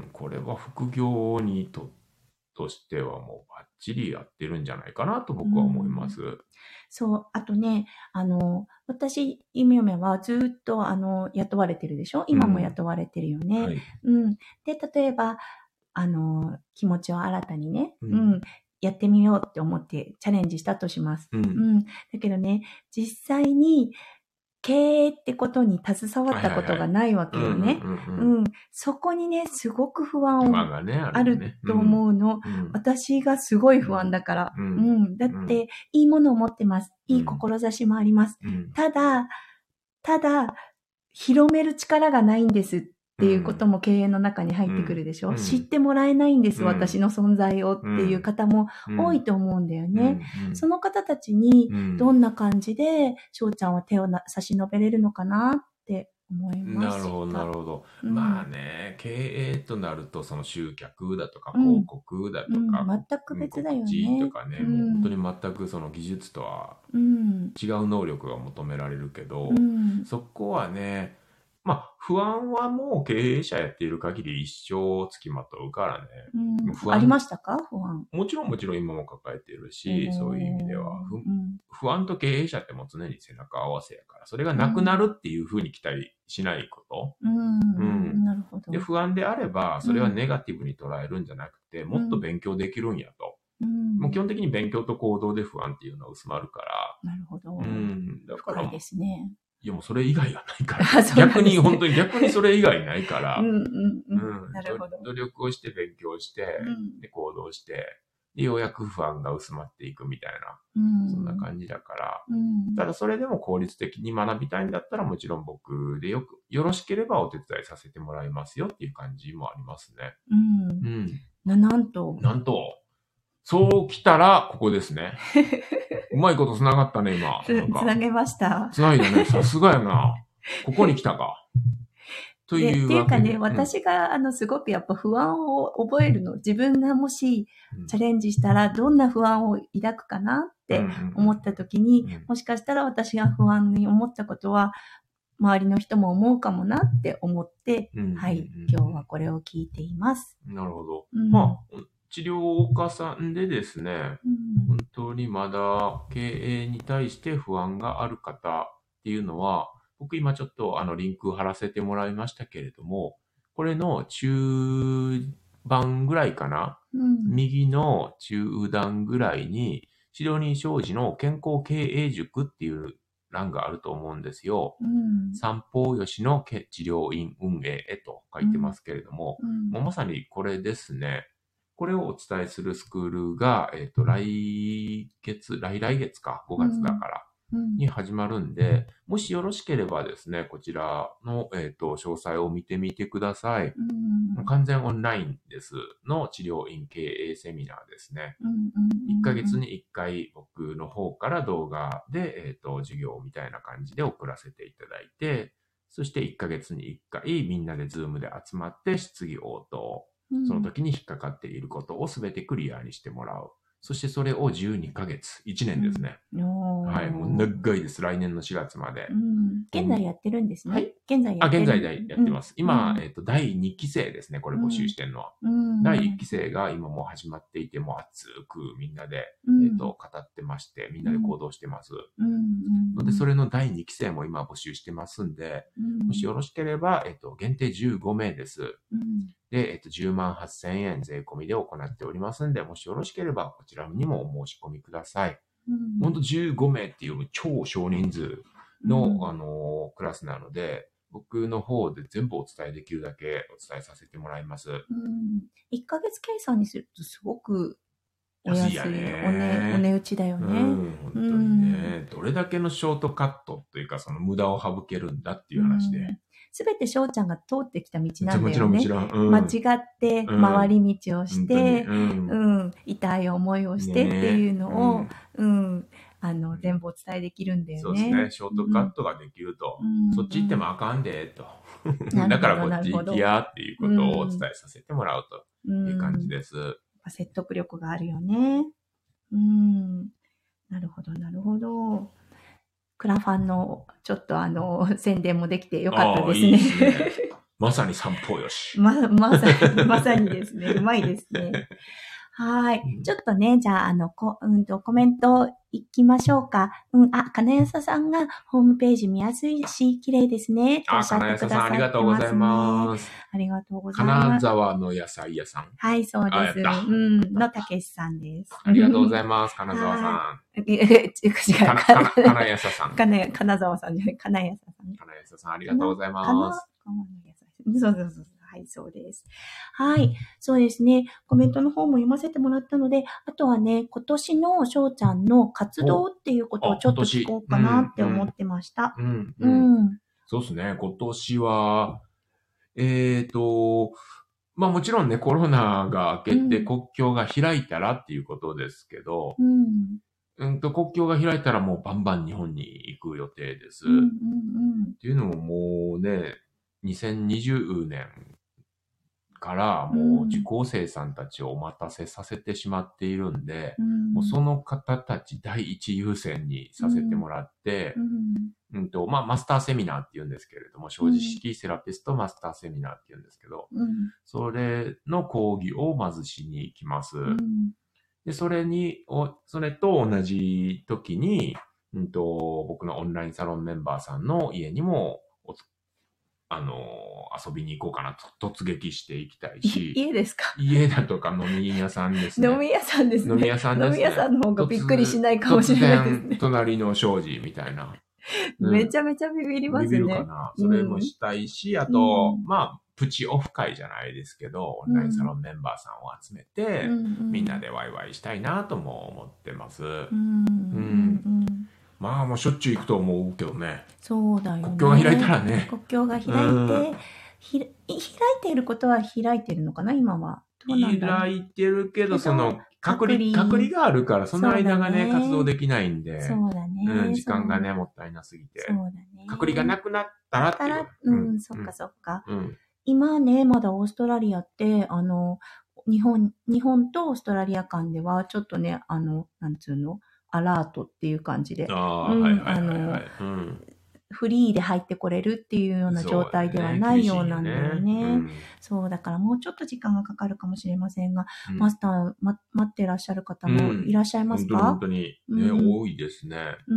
これは副業にととしてはもうバッチリやってるんじゃないかなと僕は思います。うん、 そう、あとね、あの、私、ゆみよめはずっとあの雇われてるでしょ？今も雇われてるよね。うんはいうん、で、例えば、あの、気持ちを新たにね、うん、うんやってみようって思ってチャレンジしたとします。うん。うん、だけどね、実際に経営ってことに携わったことがないわけよね。うん。そこにね、すごく不安が、ね、あると思うの、うん。私がすごい不安だから。うん。うん、だって、いいものを持ってます。いい志もあります。うん、ただ、ただ、広める力がないんです。っていうことも経営の中に入ってくるでしょ、うん、知ってもらえないんです、うん、私の存在をっていう方も多いと思うんだよね。うんうん、その方たちにどんな感じで翔ちゃんは手を差し伸べれるのかなって思いました。 なるほど、なるほど。うん、まあね、経営となるとその集客だとか広告だとか、 うんうん、全く別だよね。 とかね、もう本当に全くその技術とは違う能力が求められるけど、そこはね、まあ、不安はもう経営者やっている限り一生つきまとうからね。 うん、不安ありましたか？不安。 もちろんもちろん今も抱えているし、そういう意味では不、うん、 不安と経営者ってもう常に背中合わせやから、それがなくなるっていうふうに期待しないこと。 うん。 うん。 なるほど。 で、不安であれば、それはネガティブに捉えるんじゃなくて、もっと勉強できるんやと。うん、もう基本的に勉強と行動で不安っていうのは薄まるから。 なるほど。 うん。だから。 深いですね。 いやもうそれ以外がないから。逆に、本当に逆にそれ以外ないから。うんうんうん。なるほど。努力をして勉強して、うん、で行動して、で、ようやく不安が薄まっていくみたいな。うん、そんな感じだから。うん、ただそれでも効率的に学びたいんだったらもちろん僕でよく、よろしければお手伝いさせてもらいますよっていう感じもありますね。うん。うん。 な、なんと。 なんと。そう来たら、ここですね。うまいこと繋がったね、今。 つ、つなげました。 繋いだね。さすがやな。ここに来たか。というわけで。 っていうかね、うん、私が、あの、すごくやっぱ不安を覚えるの。自分がもしチャレンジしたら、どんな不安を抱くかなって思った時に、うんうんうん、もしかしたら私が不安に思ったことは、周りの人も思うかもなって思って、うんうんうん、はい、今日はこれを聞いています。 なるほど。うん、まあ、治療家さんでですね、うん、本当にまだ経営に対して不安がある方っていうのは、僕今ちょっとあのリンク貼らせてもらいましたけれども、これの中盤ぐらいかな、うん、右の中段ぐらいに、シドニー商事の健康経営塾っていう欄があると思うんですよ。うん、三方よしの治療院運営へと書いてますけれども、うんうん、もうまさにこれですね。これをお伝えするスクールが、えっと、来月、来来月か、ごがつだから、に始まるんで、うん、もしよろしければですね、こちらの、えっと、詳細を見てみてください。うん、完全オンラインですの治療院経営セミナーですね。うんうんうん、いっかげつにいっかい僕の方から動画で、えっと、授業みたいな感じで送らせていただいて、そしていっかげつにいっかいみんなでズームで集まって質疑応答。その時に引っかかっていることをすべてクリアにしてもらう。そしてそれをじゅうにかげつ、いちねんですね。うん、はい、もう長いです。来年のしがつまで。 うん、現在やってるんですね。はい。現在やってる。あ、現在やってます。うん、今、えっと、だいにきせいですね。これ募集してるのは。うん、だいいっきせいが今もう始まっていて、もう熱くみんなで、うん、えっと、語ってまして、みんなで行動してます。うん、ので、それのだいにきせいも今募集してますんで、うん、もしよろしければ、えっと、限定じゅうごめいです。うんで、えっと、じゅうまんはっせんえん税込みで行っておりますんで、もしよろしければこちらにもお申し込みください。うん、ほんとじゅうごめいっていう超少人数の、うん、あの、クラスなので、僕の方で全部お伝えできるだけお伝えさせてもらいます。うん、 いっかげつ計算にするとすごくお安い、安いね、おね、お値打ちだよね。うん、 本当にね、うん、どれだけのショートカットというか、その無駄を省けるんだっていう話で。 すべて翔ちゃんが通ってきた道なんだよね。 もちろんもちろん。 うん、間違って回り道をして、うん、うん、痛い思いをしてっていうのを、ね、うん、うん、あの、全部お伝えできるんだよね。 そうですね。ショートカットができると。うん、そっち行ってもあかんで、と。だからこっち行きやっていうことをお伝えさせてもらうという感じです。うん、 説得力があるよね。うん。なるほど、なるほど。クラファンのちょっとあの宣伝もできてよかったですね。いいですね。 まさに三方よし。 ま、まさに、まさにですね。うまいですね。はい。ちょっとね、じゃあ、あの、こ、うんと、コメントいきましょうか。うん、あ、金安さんがホームページ見やすいし、綺麗ですね。 あ、金安さんありがとうございます。 ありがとうございます。 金沢の野菜屋さん。 はい、そうです。うん、のたけしさんです。 ありがとうございます、金沢さん。 違う、かな、 かなやささん。 かな、金沢さんじゃない、金やささん。 金やささん、ありがとうございます。 そうそうそう。はい、そうです。はい。そうですね。コメントの方も読ませてもらったので、あとはね、今年の翔ちゃんの活動っていうことをちょっと聞こうかなって思ってました。 うん。うん。うん、そうですね。今年は、えっと、まあもちろんね、コロナが明けて国境が開いたらっていうことですけど、うんうんと、国境が開いたらもうバンバン日本に行く予定です。うんうんうん、っていうのももうね、にせんにじゅうねんからもう受講生さんたちをお待たせさせてしまっているんで、うん、もうその方たち第一優先にさせてもらって、うんうんとまあ、マスターセミナーって言うんですけれども、小児式セラピストマスターセミナーって言うんですけど、うん、それの講義をまずしに行きます。うんで、それに、それと同じ時に、 うんと、僕のオンラインサロンメンバーさんの家にも、あのー、遊びに行こうかなと突撃していきたいし。 家ですか？ 家だとか飲み屋さんですね。 飲み屋さんですね。 飲み屋さんですね。 飲み屋さんの方がびっくりしないかもしれないですね。 突然、隣の庄司みたいな。 うん、めちゃめちゃビビりますね。 ビビるかな。それもしたいし、うん、あと、うん、まあ、プチオフ会じゃないですけど、オンラインサロンメンバーさんを集めて、うん、みんなでワイワイしたいなとも思ってます。うん。うんまあ、もうしょっちゅう行くと思うけどね。 そうだよね。 国境が開いたらね。 国境が開いて、うん、ひ開いていることは開いてるのかな、今は。 どうなんだろう。開いてるけど、その、隔離、隔離があるから、その間がね、活動できないんで。 そうだね。 うん、時間がね、もったいなすぎて。 そうだね。 隔離がなくなったらっていう。 うん、うん、そっかそっか。うん、今ね、まだオーストラリアって、あの、日本、日本とオーストラリア間では、ちょっとね、あの、なんつうの、アラートっていう感じで、 ああ、うん、はいはいはいはい。うん、 フリーで入ってこれるっていうような状態ではないようなんだよね。そうね、うん、そう、だからもうちょっと時間がかかるかもしれませんが、うん、マスター、ま、待ってらっしゃる方もいらっしゃいますか？ うん、本当に、本当に、ね、うん、多いですね。うん、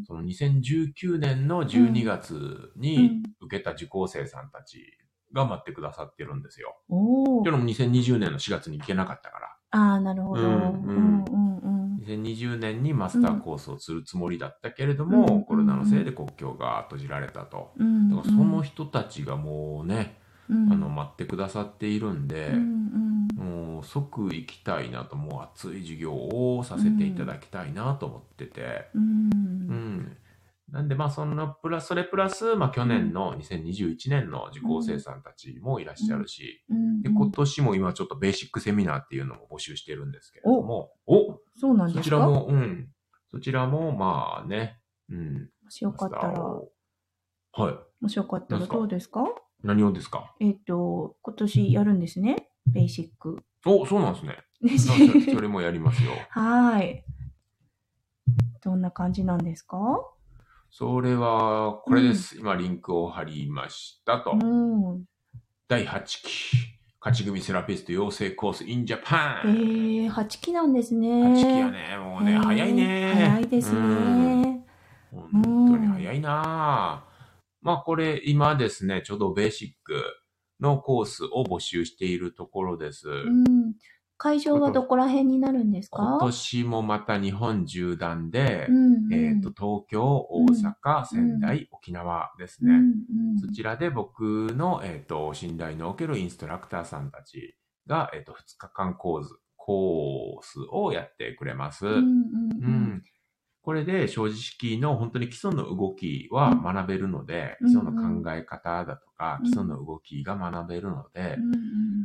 そのにせんじゅうきゅうねんのじゅうにがつに受けた受講生さんたちが待ってくださってるんですよ。おー。っていうのもにせんにじゅうねんのしがつに行けなかったから。 ああ、なるほど。うんうんうんにせんにじゅうねんにマスターコースをするつもりだったけれども、うん、コロナのせいで国境が閉じられたと。うん、だからその人たちがもうね、うん、あの待ってくださっているんで、うんうん、もう即行きたいなと、もう熱い授業をさせていただきたいなと思ってて、うんうんなんで、まあ、そのプラス、それプラス、まあ、去年のにせんにじゅういちねんの受講生さんたちもいらっしゃるし、うんうん、で今年も今ちょっとベーシックセミナーっていうのも募集してるんですけれども、 お、おそうなんですか？ そちらも、うん。そちらも、まあね、うん。 もしよかったら、 はい。 もしよかったらどうですか？ 何をですか？ えっと、今年やるんですね、ベーシック。 お、そうなんですね。そ, それもやりますよ。 はい。どんな感じなんですか？ それは、これです、うん。今、リンクを貼りましたと。うん、だいはちき、勝ち組セラピスト養成コース in Japan。 えー、はちきなんですね。 はちきやね。もうね、早いね。 早いですね。 本当に早いな。まあ、これ、今ですね、ちょうどベーシックのコースを募集しているところです。うん会場はどこら辺になるんですか？ 今年もまた日本縦断で、うんうんえーと、東京、大阪、うん、仙台、沖縄ですね。うんうん、そちらで僕の、えーと、信頼のおけるインストラクターさんたちが、えーと、ふつかかんコース、コースをやってくれます。うんうんうんうんこれで正直の本当に基礎の動きは学べるので、うん、基礎の考え方だとか、うん、基礎の動きが学べるので、うん、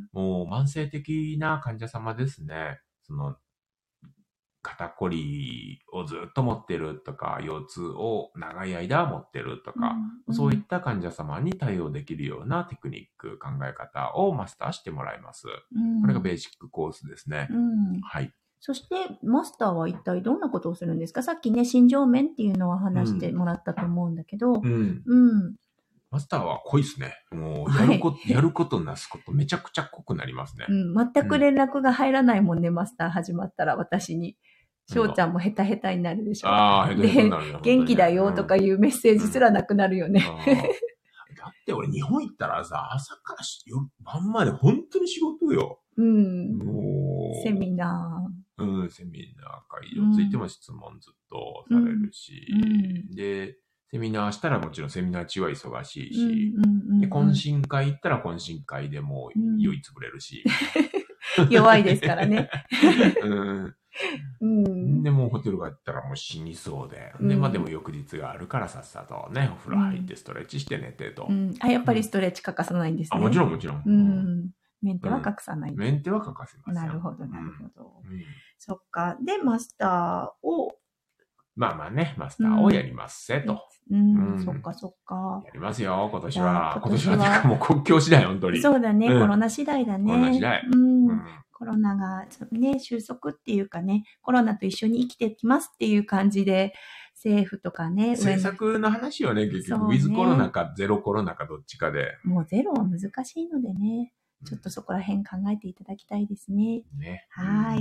もう慢性的な患者様ですね。その肩こりをずっと持ってるとか、腰痛を長い間持ってるとか、そういった患者様に対応できるようなテクニック、考え方をマスターしてもらいます。これがベーシックコースですね。はい。 そして、マスターは一体どんなことをするんですか？さっきね、心情面っていうのは話してもらったと思うんだけど。うん。うん、 マスターは濃いですね。もう、やること、はい、やることなすこと、めちゃくちゃ濃くなりますね。 うん。全く連絡が入らないもんね、うん、マスター始まったら、私に。翔ちゃんもヘタヘタになるでしょ。 ああ、ヘタヘタになるね。 元気だよとかいうメッセージすらなくなるよね。うんうん、 だって俺、日本行ったらさ、朝から夜晩まで本当に仕事よ。うん。 もうセミナー。 うん、セミナー会場ついても質問ずっとされるし、うん、で、セミナーしたらもちろんセミナー中は忙しいし、うんうんうんうん、で懇親会行ったら懇親会でも酔いつぶれるし。 うん、弱いですからね。 うんうん、で、もうホテルが行ったらもう死にそうで。うん、で、まあでも翌日があるからさっさとね、お風呂入ってストレッチして寝てと。 うん、あ、やっぱりストレッチ欠かさないんですね。 あ、もちろんもちろん。 うんメンテは欠かさない、うん。 メンテは欠かせません。 なるほど、なるほど、うん。そっか。で、マスターを。 まあまあね、マスターをやりますせ、と。 うん、うん、そっかそっか。 やりますよ、今年は。今年は、今年はもう国境次第、本当に。 そうだね、うん、コロナ次第だね。 コロナ次第。 うん。うん、コロナがね、収束っていうかね、コロナと一緒に生きてきますっていう感じで、政府とかね。 政策の話よね、結局。ね、ウィズコロナかゼロコロナかどっちかで。 もうゼロは難しいのでね。ちょっとそこら辺考えていただきたいですね。 ね。 はい。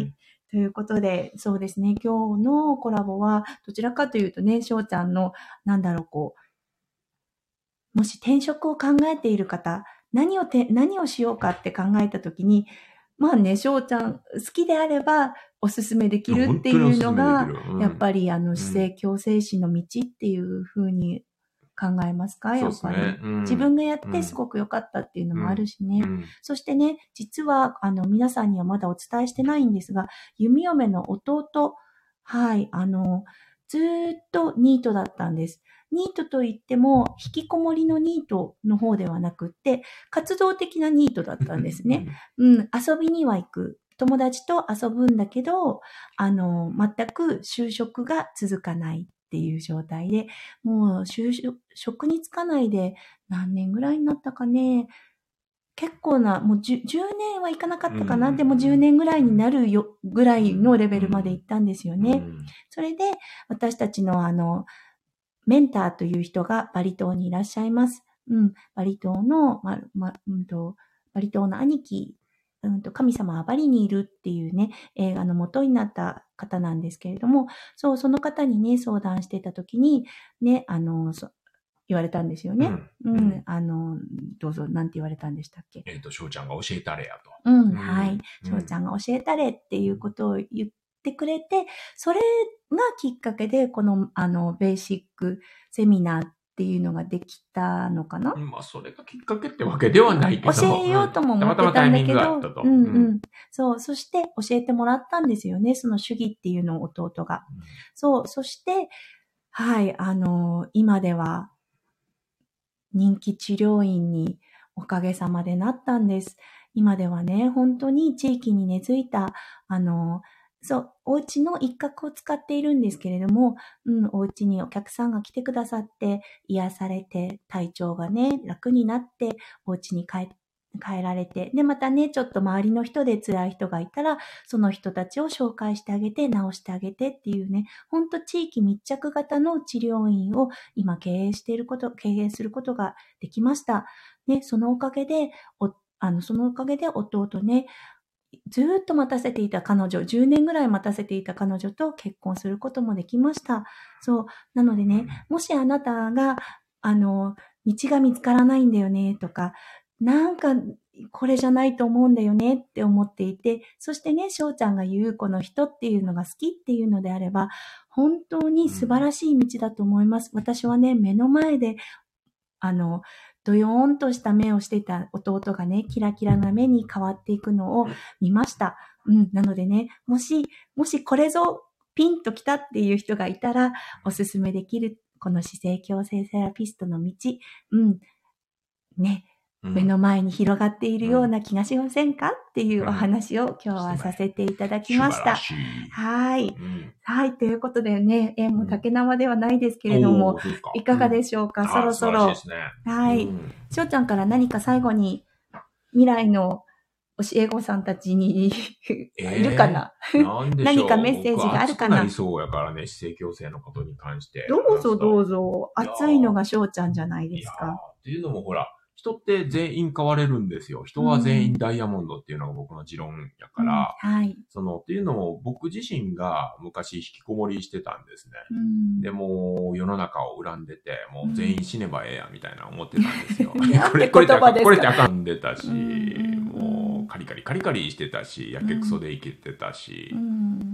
ということで、そうですね、今日のコラボは、どちらかというとね、しょうちゃんの、なんだろう、こう、もし転職を考えている方、何をて、何をしようかって考えたときに、まあね、しょうちゃん、好きであれば、おすすめできるっていうのが、 うん、 やっぱり、あの、姿勢矯正士の道っていうふうに考えますか、やっぱり、ねうん。自分がやってすごく良かったっていうのもあるしね。うんうん、そしてね、実は、あの、皆さんにはまだお伝えしてないんですが、弓嫁の弟、はい、あの、ずーっとニートだったんです。ニートといっても、引きこもりのニートの方ではなくって、活動的なニートだったんですね。うん、遊びには行く。友達と遊ぶんだけど、あの、全く就職が続かないっていう状態で、もう就職に就かないで何年ぐらいになったかね。結構な、もう 10, じゅうねんはいかなかったかな。でもじゅうねんぐらいになるよ、ぐらいのレベルまで行ったんですよね。それで、私たちのあの、メンターという人がバリ島にいらっしゃいます。うん、バリ島の、ま、ま、うんと、バリ島の兄貴、うんと、神様はバリにいるっていうね、映画の元になった方なんですけれども、そう、その方にね、相談してたときに、ね、あの、そ言われたんですよね。うん。うん、あの、どうぞ、なんて言われたんでしたっけ。 えっと、しょうちゃんが教えたれやと。 うん、うん、はい。しょうちゃんが教えたれっていうことを言って、てくれて、それがきっかけで、この、あの、ベーシックセミナーっていうのができたのかな。 まあ、それがきっかけってわけではないけど。 教えようとも思ってたんだけど、うんうん。そう、そして教えてもらったんですよね、その主義っていうのを弟が。うん、そう、そして、はい、あの、今では、人気治療院におかげさまでなったんです。今ではね、本当に地域に根付いた、あの、そう、お家の一角を使っているんですけれども、うん、お家にお客さんが来てくださって、癒されて、体調がね、楽になって、お家に帰って、変えられて、で、またね、ちょっと周りの人で辛い人がいたら、その人たちを紹介してあげて、治してあげてっていうね、ほんと地域密着型の治療院を今経営していること、経営することができました。ね、そのおかげで、お、あの、そのおかげで弟ね、ずーっと待たせていた彼女、じゅうねんぐらい待たせていた彼女と結婚することもできました。そう。なのでね、もしあなたが、あの、道が見つからないんだよね、とか、なんか、これじゃないと思うんだよねって思っていて、そしてね、しょうちゃんが言うこの人っていうのが好きっていうのであれば、本当に素晴らしい道だと思います。私はね、目の前で、あの、ドヨーンとした目をしていた弟がね、キラキラな目に変わっていくのを見ました。うん、なのでね、もし、もしこれぞピンと来たっていう人がいたら、おすすめできる、この姿勢矯正セラピストの道、うん、ね、目の前に広がっているような気がしませんか、うん、っていうお話を今日はさせていただきました。はい、うん。はい。ということでね、えー、もう竹縄ではないですけれども、うん、いかがでしょうか、うん、そろそろ。 ですね、 はい、うん。しょうちゃんから何か最後に未来の教え子さんたちにいるかな、 えー、なんでしょう。 何かメッセージがあるかな。 熱くなりそうやからね、姿勢矯正のことに関して。 どうぞどうぞ。熱いのがしょうちゃんじゃないですか。 っていうのもほら、人って全員変われるんですよ。人は全員ダイヤモンドっていうのが僕の持論やから、 うん、はい。 その、っていうのも僕自身が昔引きこもりしてたんですね。うん、で、もう世の中を恨んでて、もう全員死ねばええや、みたいな思ってたんですよ。 これ、これってあかん、 これってあかんでたし、もうカリカリカリカリしてたし、やけくそで生きてたし、うん。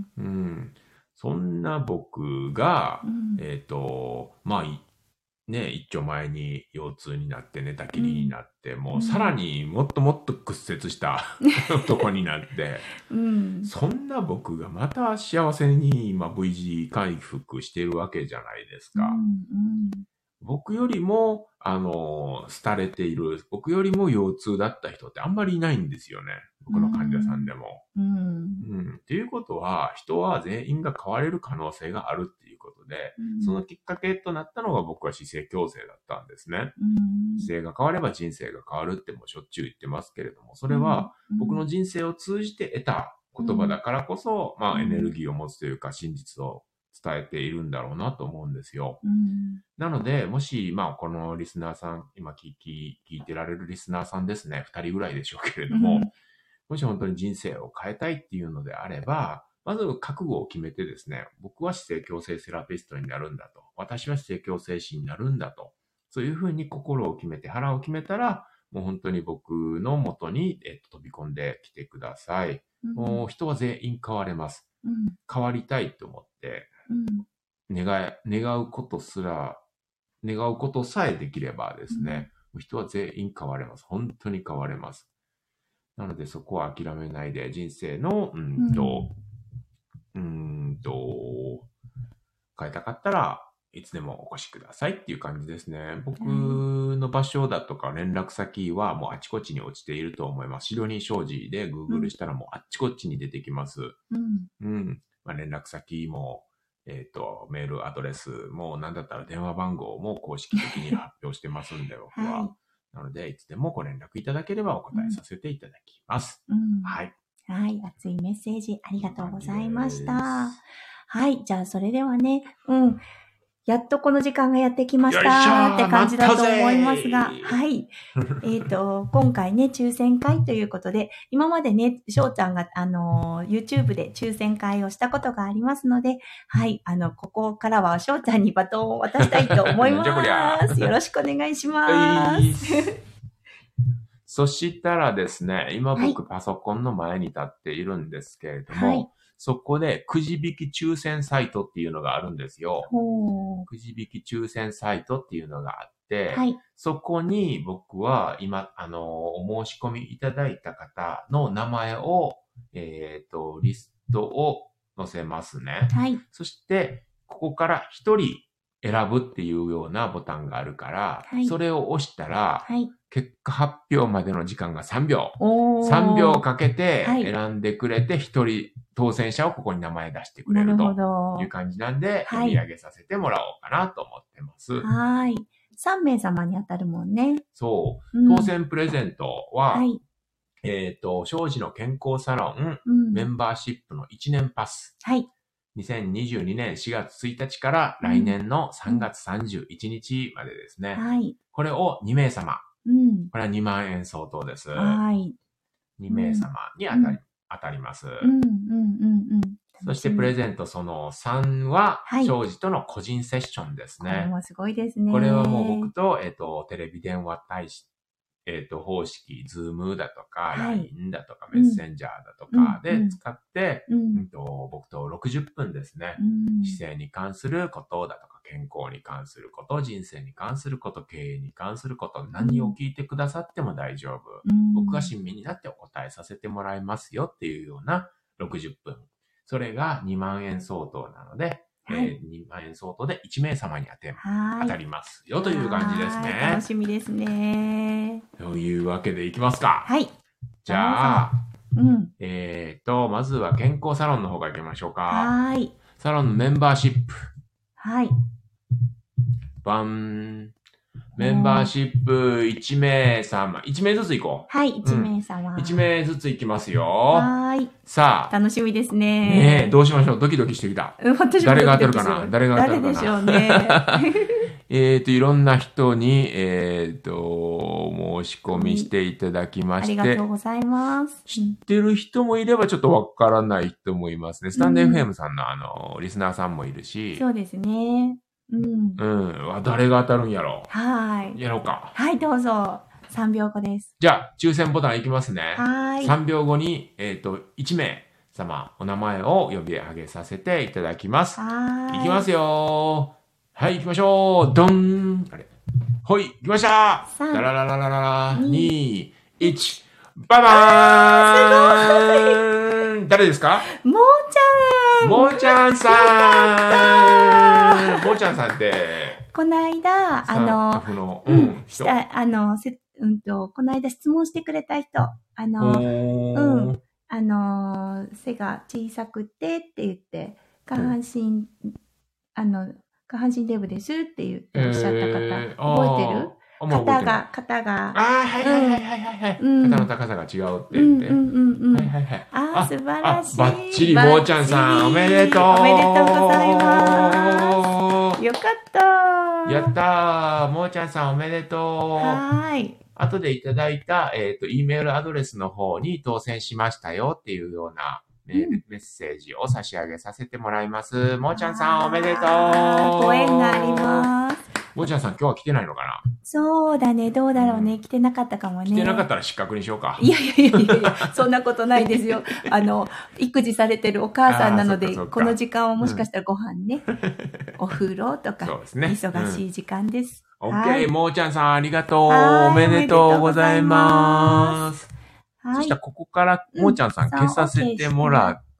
うん、そんな僕が、うん、えっと、まあ、ね、一丁前に腰痛になって寝たきりになって、うん、もうさらにもっともっと屈折した男になって、うん、そんな僕がまた幸せに今 ブイジー 回復してるわけじゃないですか。うんうん、僕よりも、あの、廃れている、僕よりも腰痛だった人ってあんまりいないんですよね。僕の患者さんでも。うん。うん。っていうことは、人は全員が変われる可能性があるっていうことで、うん、そのきっかけとなったのが僕は姿勢矯正だったんですね。うん、姿勢が変われば人生が変わるってもしょっちゅう言ってますけれども、それは僕の人生を通じて得た言葉だからこそ、うん、まあエネルギーを持つというか真実を伝えているんだろうなと思うんですよ。うん、なので、もし、まあ、このリスナーさん、今聞き、聞いてられるリスナーさんですね、二人ぐらいでしょうけれども、うん、もし本当に人生を変えたいっていうのであれば、 まず覚悟を決めてですね、僕は姿勢矯正セラピストになるんだと。私は姿勢矯正士になるんだと。そういうふうに心を決めて、腹を決めたら、もう本当に僕の元に、えっと、飛び込んできてください。 うん、 もう人は全員変われます。 うん、 変わりたいと思って、 うん、 願い、願うことすら、願うことさえできればですね、 うん、 人は全員変われます。本当に変われます。なのでそこは諦めないで人生の、うんと、うん、うんと、変えたかったらいつでもお越しくださいっていう感じですね。僕の場所だとか連絡先はもうあちこちに落ちていると思います。シドニー商事で Google したらもうあっちこっちに出てきます。 うん。 うん。まあ、連絡先も、えっと、メールアドレスも、なんだったら電話番号も公式的に発表してますんで、僕は。はい、なので、いつでもご連絡いただければお答えさせていただきます。 うん、 はい。 はい。熱いメッセージありがとうございました。はい。じゃあ、それではね、うん。やっとこの時間がやってきましたって感じだと思いますが、はい。えっと、今回ね、抽選会ということで、今までね、翔ちゃんが、あの、YouTube で抽選会をしたことがありますので、はい。あの、ここからは翔ちゃんにバトンを渡したいと思います。よろしくお願いします。 そしたらですね、今僕パソコンの前に立っているんですけれども、はい、そこでくじ引き抽選サイトっていうのがあるんですよ。くじ引き抽選サイトっていうのがあって、はい、そこに僕は今、あの、お申し込みいただいた方の名前を、えっと、リストを載せますね。はい、そして、ここから一人選ぶっていうようなボタンがあるから、はい、それを押したら、はい、結果発表までの時間がさんびょう。さんびょうかけて選んでくれて、一人当選者をここに名前出してくれるという感じなんで、読み上げさせてもらおうかなと思ってます。 はい。さんめい様に当たるもんね。 そう。うん、当選プレゼントは、はい、えっと、庄司の健康サロン、うん、メンバーシップのいちねんパス。はい。にせんにじゅうにねんしがつついたちから来年のさんがつさんじゅういちにちまでですね。うん、はい。これをにめい様。うん、これはにまんえん相当です。はい。にめい様に当たり、うん、当たります。うんうんうんうん、そしてプレゼントそのさんは、庄司との個人セッションですね。 これもすごいですね。 これはもう僕と、えっと、テレビ電話対し、えっと、方式、ズームだとか、はい、ライン だとか、メッセンジャーだとかで使って、うんうんうんと、僕とろくじゅっぷんですね、うん、姿勢に関することだとか、健康に関すること、人生に関すること、経営に関すること、何を聞いてくださっても大丈夫。うん、僕が親身になってお答えさせてもらいますよっていうようなろくじゅっぷん。それがにまんえん相当なので、はい、えー、にまんえん相当でいちめい様に当て、当たりますよという感じですね。 楽しみですね。 というわけでいきますか。 はい。 じゃあ、うん、えっと、まずは健康サロンの方から行きましょうか。 はい。 サロンのメンバーシップ。 はい。 バン。メンバーシップいちめい様。いちめいずつ行こう。はい、いちめい様。 うん、いちめいずつ行きますよ。 はい。 さあ。 楽しみですね。 ねえ、どうしましょう。ドキドキしてきた。 うん、私も誰が当たるかな誰が当たるかな誰でしょうね。 えっと、いろんな人に、えっと、申し込みしていただきまして、 はい、ありがとうございます。 知ってる人もいればちょっとわからない人もいますね。スタンド エフエム さんのあの、リスナーさんもいるし。 そうですね。うん。 うん。誰が当たるんやろう。 はい。 やろうか。 はい、どうぞ。さんびょうごです。 じゃあ、抽選ボタンいきますね。 はい。 さんびょうごに、えっと、いちめい様、お名前を呼び上げさせていただきます。 はい。 いきますよ。はい、行きましょう。ドン。あれ。ほい、行きました。ダララララララ、に、いち。ババーン。すごい。誰ですか？ もーちゃん。 もーちゃんさん。もーちゃんさんって。 この間、あの、 のうん、した、あの、せ、うんと、この間質問してくれた人、あの、うん、あの、背が小さくてって言って、下半身、あの、下半身デブですって言っておっしゃった方、えー、覚えてる？肩が、肩が。 ああ、はいはいはいはいはい。うん、肩の高さが違うって言って。 うんうんうん。 はいはいはい。 ああ、素晴らしい。 バッチリ、もーちゃんさん、おめでとう。 おめでとうございます。よかった。 やったー。もーちゃんさん、おめでとう。 はい。 後でいただいた、えっと、E メールアドレスの方に当選しましたよっていうようなメールメッセージを差し上げさせてもらいます。もーちゃんさんおめでとう。 ご縁があります。 もーちゃんさん今日は来てないのかな？ そうだね、どうだろうね、 うん、 来てなかったかもね。 来てなかったら失格にしようか。 いやいやいやいやいや、そんなことないですよ。あの、育児されてるお母さんなので、この時間はもしかしたらご飯ね、うん、お風呂とか、そうですね、忙しい時間です。 オッケー、もーちゃんさんありがとう。おめでとうございます。はい、そしたらここからもーちゃんさん消させてもらって、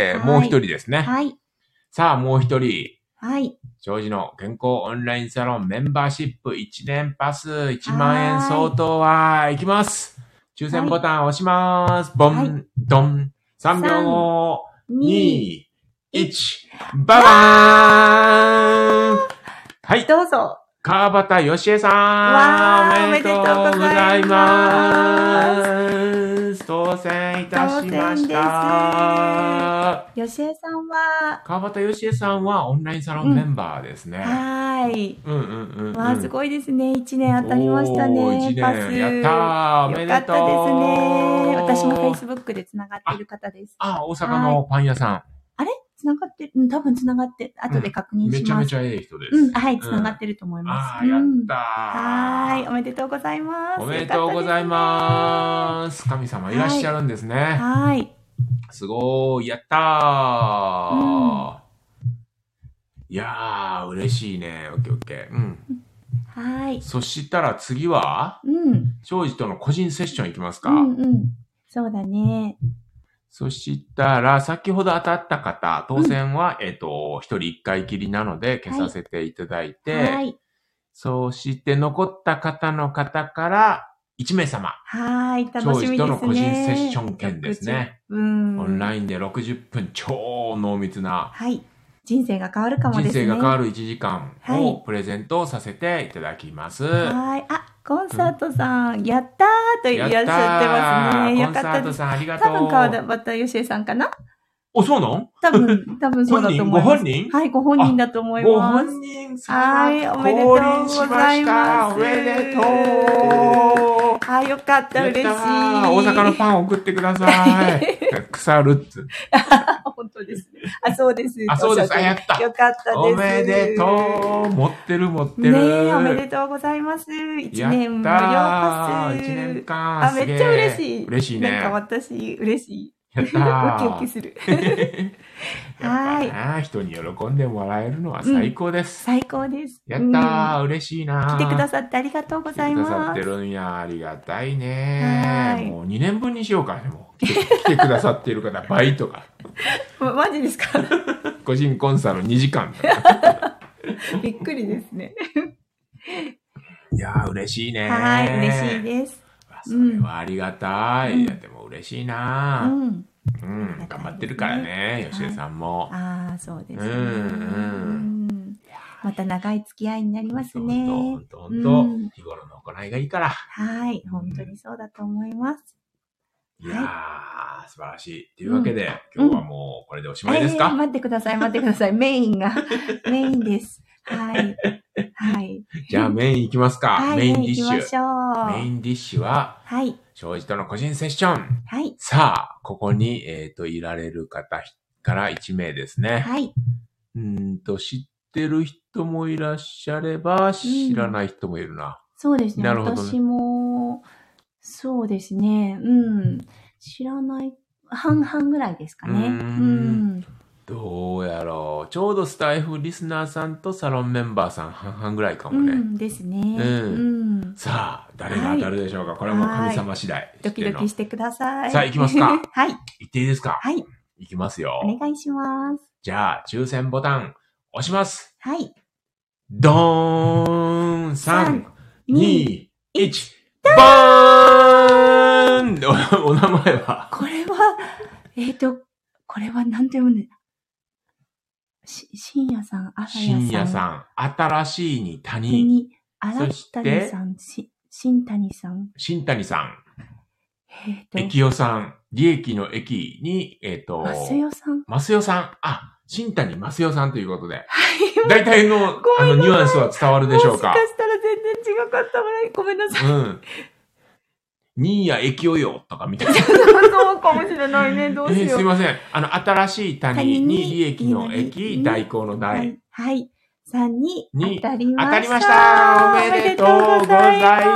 うん、もう一人ですね。はい。さあ、もう一人。はい。庄司の健康オンラインサロンメンバーシップいちねんパスいちまんえん相当はいきます。抽選ボタン押します。ボン、はい、ドン。さんびょうご、に、いち、ババーン。はい。 どうぞ。 川端よしえさん。おめでとうございます。当選いたしました。 よしえさんは川端よしえさんはオンラインサロンメンバーですね。うん、 はい。 うんうんうん、うん。 わあ、すごいですね。いちねん当たりましたね。 いちねんパス。やったー。おめでとう。よかったですね。私も Facebook でつながっている方です。 あ、あ、大阪のパン屋さん。 あれつながってる、うん、多分つながって、後で確認します。 うん、めちゃめちゃええ人です。 うん、はい、つながってると思います。 うん、ああ、やったー。 はい、おめでとうございます。 おめでとうございます。神様いらっしゃるんですね。 はい。 すごーい、やったー。うん、いやー、嬉しいね。オッケーオッケー。うん。 はい。 そしたら次は、うん。庄司との個人セッションいきますか。 うんうん。そうだね。 そしたら、先ほど当たった方、当選は、うん、えっと、一人一回きりなので消させていただいて、はいはい、そして残った方の方からいちめい様。 はい、楽しみですね。 庄司との個人セッション券ですね。うん、オンラインでろくじゅっぷん超濃密な。 はい。人生が変わるかもですね。 人生が変わるいちじかんをプレゼントさせていただきます。 はい。あ、コンサートさん、うん、やったーといらっしゃってますね。 よかったです。コンサートさんありがとう。 多分川端よしえさんかな？ お、そうなの？ 多分、多分そうだと思います。 ご本人？ はい、ご本人だと思います。 ご本人さん。 はい、おめでとうございます。 おめでとう。 はい、よかった、嬉しい。大阪のパン送ってください。腐るっつ。 本当ですね。あ、そうです。 あ、そうです。あ、やった。 よかったです。 おめでとう。持ってる持ってる。 ねえ、おめでとうございます。一年無料パス。 一年間。 あ、めっちゃ嬉しい。 嬉しいね。 なんか私、嬉しい。 やったー。 ウキウキする。 はい。人に喜んでもらえるのは最高です。 うん、最高です。 やったー、うん、嬉しいなー。 来てくださってありがとうございます。 来てくださってるんや、ありがたいねー。もうにねんぶんにしようかね、もう。来て、来てくださっている方、倍とか。 マジですか？ 個人コンサルにじかん。 びっくりですね。 いやー、嬉しいねー。 はい、嬉しいです。 それはありがたい。うん、いや、でも嬉しいなぁ。うん。うん。頑張ってるからね、よしえさんも。 ああ、そうですね。うん、うん。また長い付き合いになりますね。 ほんと、ほんと、ほんと。日頃の行いがいいから。 はい。本当にそうだと思います。 いやー、素晴らしい。というわけで、今日はもうこれでおしまいですか？ 待ってください、待ってください。メインが、メインです。はい。はい。 じゃあメインいきますか。 はい、 メインディッシュ。 メイン行きましょう。 メインディッシュは、はい。庄司との個人セッション。 はい。 さあ、ここに、えっと、いられる方からいちめいですね。 はい。 うんと、知ってる人もいらっしゃれば、知らない人もいるな。うん、 そうですね。なるほどね。私も、そうですね。うん。知らない、半々ぐらいですかね。うん。うんどうやろう。ちょうどスタイフリスナーさんとサロンメンバーさん半々ぐらいかもね。 うんですね。うん。 うん、さあ、誰が当たるでしょうか、はい、これも神様次第。 ドキドキしてください。 さあ、行きますか。 はい。 行っていいですか。 はい。 行きますよ。 お願いします。 じゃあ、抽選ボタン、押します。 はい。 ドーン !さん、に、いち、ボーンお名前はこれは、えっと、これは何て読むんでし、深夜さん、朝夜さん。 深夜さん、新しいに谷。 に、新谷さん、し、新谷さん。 新谷さん。 えっと。 駅代さん。利益の駅に、えっと。 増代さん。 増代さん。あ、新谷増代さんということで。はい。大体の、あの、ニュアンスは伝わるでしょうか。 もしかしたら全然違かった。ごめんなさい。 うん。 新谷駅をよとかみたいな。 そうかもしれないね。どうしよう。 えー、すいません。あの、新しい谷谷にに利益の駅、 に代行の代。 はい。はいさんにに当たりました。 当たりましたおめでとうござい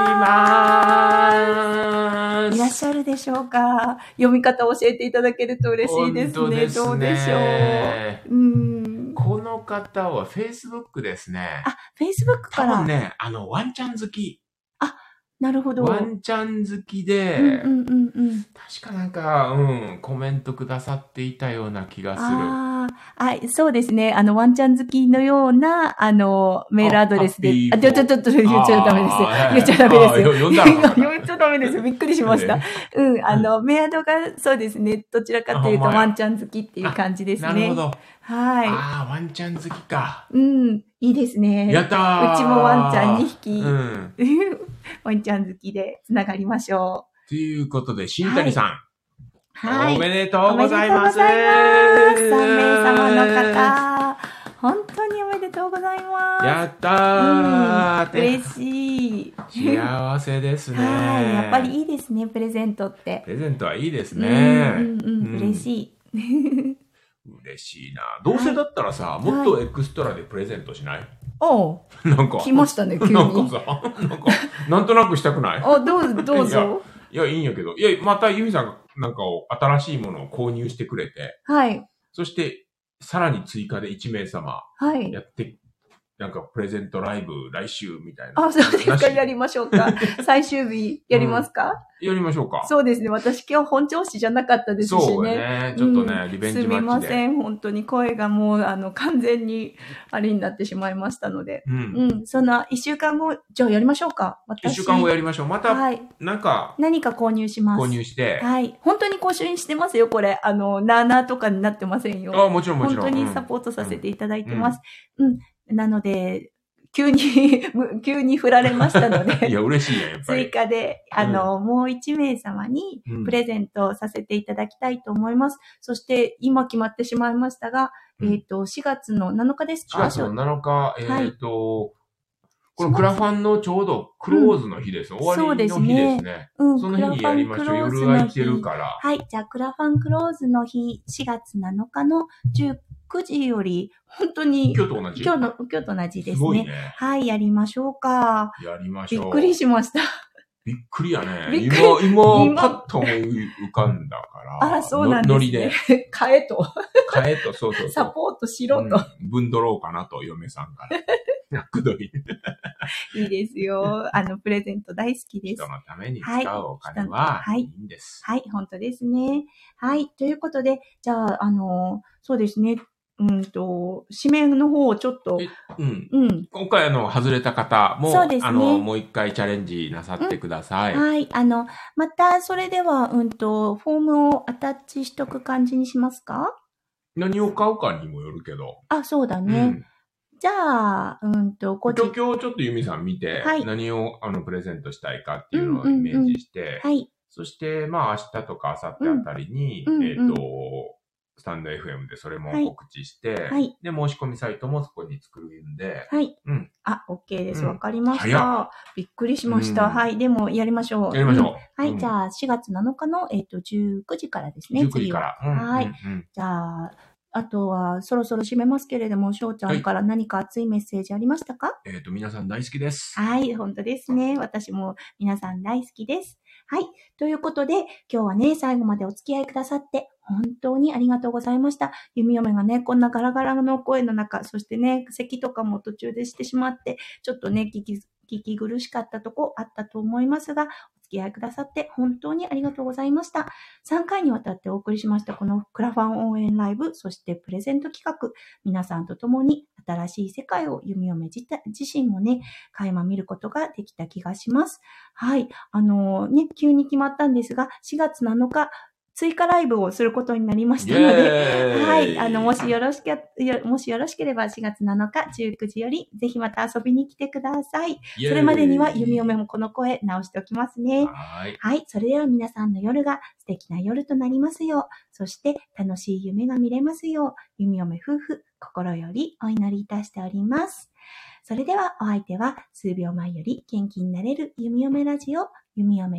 ます。 いらっしゃるでしょうか。読み方を教えていただけると嬉しいですね。 本当ですね。 どうでしょう。うん。 この方は Facebook ですね。 あ、Facebook から。 多分ね、あの、ワンちゃん好き。 あ、なるほど。 ワンちゃん好きで、 うんうんうんうん、 確かなんか、うん、コメントくださっていたような気がする。 ああ、そうですね。あの、ワンちゃん好きのような、あの、メールアドレスで。あ、ちょ、ちょ、ちょっと言っちゃダメです。言っちゃダメですよ。 読んだの言っちゃダメです。びっくりしました。うん、あの、メアドが、そうですね。どちらかというと、ワンちゃん好きっていう感じですね。 なるほど。 はい。 ああ、ワンちゃん好きか。 うん、いいですね。 やったー。 うちもワンちゃんにひき、 うん、 ワンちゃん好きでつながりましょう。ということで、新谷さん。 はい。 おめでとうございます。 おめでとうございます。さんめいさまの方。本当におめでとうございます。 やったー、 うん、嬉しい。 幸せですね。 はい。やっぱりいいですね、プレゼントって。 プレゼントはいいですね。 うんうんうん、嬉しい。 嬉しいな。どうせだったらさ、はい、もっとエクストラでプレゼントしない？ おう。なんか。来ましたね、急に。 なんかさ、なんか、なんとなくしたくない？ あ、どうぞ、どうぞ。 いや、いやいいんやけど。いや、またユミさんがなんかを、新しいものを購入してくれて。 はい。 そして、さらに追加でいちめいさま。 はい。 やって、なんかプレゼントライブ来週みたいな。 あ、そうですか。やりましょうか。最終日やりますか、 うん、やりましょうか。 そうですね。私今日本調子じゃなかったですしね。 そうね。ちょっとね、うん、リベンジマッチで。 すみません。本当に声がもう、あの、完全にあれになってしまいましたので。うん。うん。そんな、一週間後、じゃあやりましょうか。 私。一週間後やりましょう。また、はい、なんか。 何か購入します。 購入して。 はい。本当に更新してますよ、これ。あの、なーなーとかになってませんよ。 あ、もちろんもちろん。 本当にサポートさせていただいてます。うん。うんうん、なので、急に、急に振られましたので。 いや、嬉しいや、やっぱり。 追加で、あの、うん、もういちめいさまにプレゼントさせていただきたいと思います。うん、そして、今決まってしまいましたが、うん、えっと、しがつのなのかですか？ しがつのなのか、えっ、ー、と、はい、このクラファンのちょうどクローズの日です。うん、終わりの日ですね。うん。その日にやりましょう。夜空いてるから。 はい。じゃあ、クラファンクローズの日、しがつなのかのじゅうくじより、本当に、 今日と同じ今日の、今日と同じですね。 すごいね。 はい、やりましょうか。 やりましょう。 びっくりしました。 びっくりやね。今、今、パッと思い浮かんだから。 あ、そうなんですね。 ノリで。 買えと。 買えと、そうそうそう。 サポートしろと。 うん、分取ろうかなと、嫁さんから。役取り。 いいですよ。あの、プレゼント大好きです。 人のために使うお金はいいんです。 はい、はい、本当ですね。はい、ということで、じゃあ、あの、そうですね。うんと、指名の方をちょっと。 うん。うん。今回、あの、外れた方も、 そうですね。 あの、もう一回チャレンジなさってください。 うん、はい。あの、また、それでは、うんと、フォームをアタッチしとく感じにしますか？ 何を買うかにもよるけど。 あ、そうだね。うんじゃあ、うんと、 こ今日、今日ちょっとユミさん見て、はい、何をあのプレゼントしたいかっていうのをイメージして、うんうんうん、はい。そして、まあ明日とか明後日あたりに、うん、えっ、ー、と、スタンド エフエム でそれも告知して、はい、で、申し込みサイトもそこに作るんで、はい。うん。あ、OK です。わ、うん、かりました。びっくりしました。うん、はい。でも、やりましょう。 やりましょう。うん、 はい。じゃあ、しがつなのかの、えっ、ー、と、じゅうくじからですね。 じゅうくじから。 うん、はい、うんうん。じゃあ、あとは、そろそろ締めますけれども、翔ちゃんから何か熱いメッセージありましたか？はい、えっと、皆さん大好きです。 はい、本当ですね。私も皆さん大好きです。はい。ということで、今日はね、最後までお付き合いくださって、本当にありがとうございました。弓嫁がね、こんなガラガラの声の中、そしてね、咳とかも途中でしてしまって、ちょっとね、聞き、聞き苦しかったとこあったと思いますが、お付き合いくださって本当にありがとうございました。さんかいにわたってお送りしましたこのクラファン応援ライブ、そしてプレゼント企画、皆さんと共に新しい世界を弓嫁自身もね、垣間見ることができた気がします。はい。あのー、ね、急に決まったんですが、しがつなのか、追加ライブをすることになりましたので、はい。あの、もしよろしけ、もしよろしければしがつなのかじゅうくじより、ぜひまた遊びに来てください。それまでには、弓嫁もこの声直しておきますね。 はい。 はい。それでは皆さんの夜が素敵な夜となりますよう、そして楽しい夢が見れますよう、弓嫁夫婦、心よりお祈りいたしております。それではお相手は数秒前より元気になれる弓嫁ラジオ、弓嫁と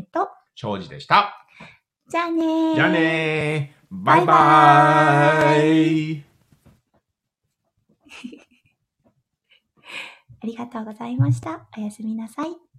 庄司でした。 じゃあねー。 じゃあねー。バイバーイ。 ありがとうございました。おやすみなさい。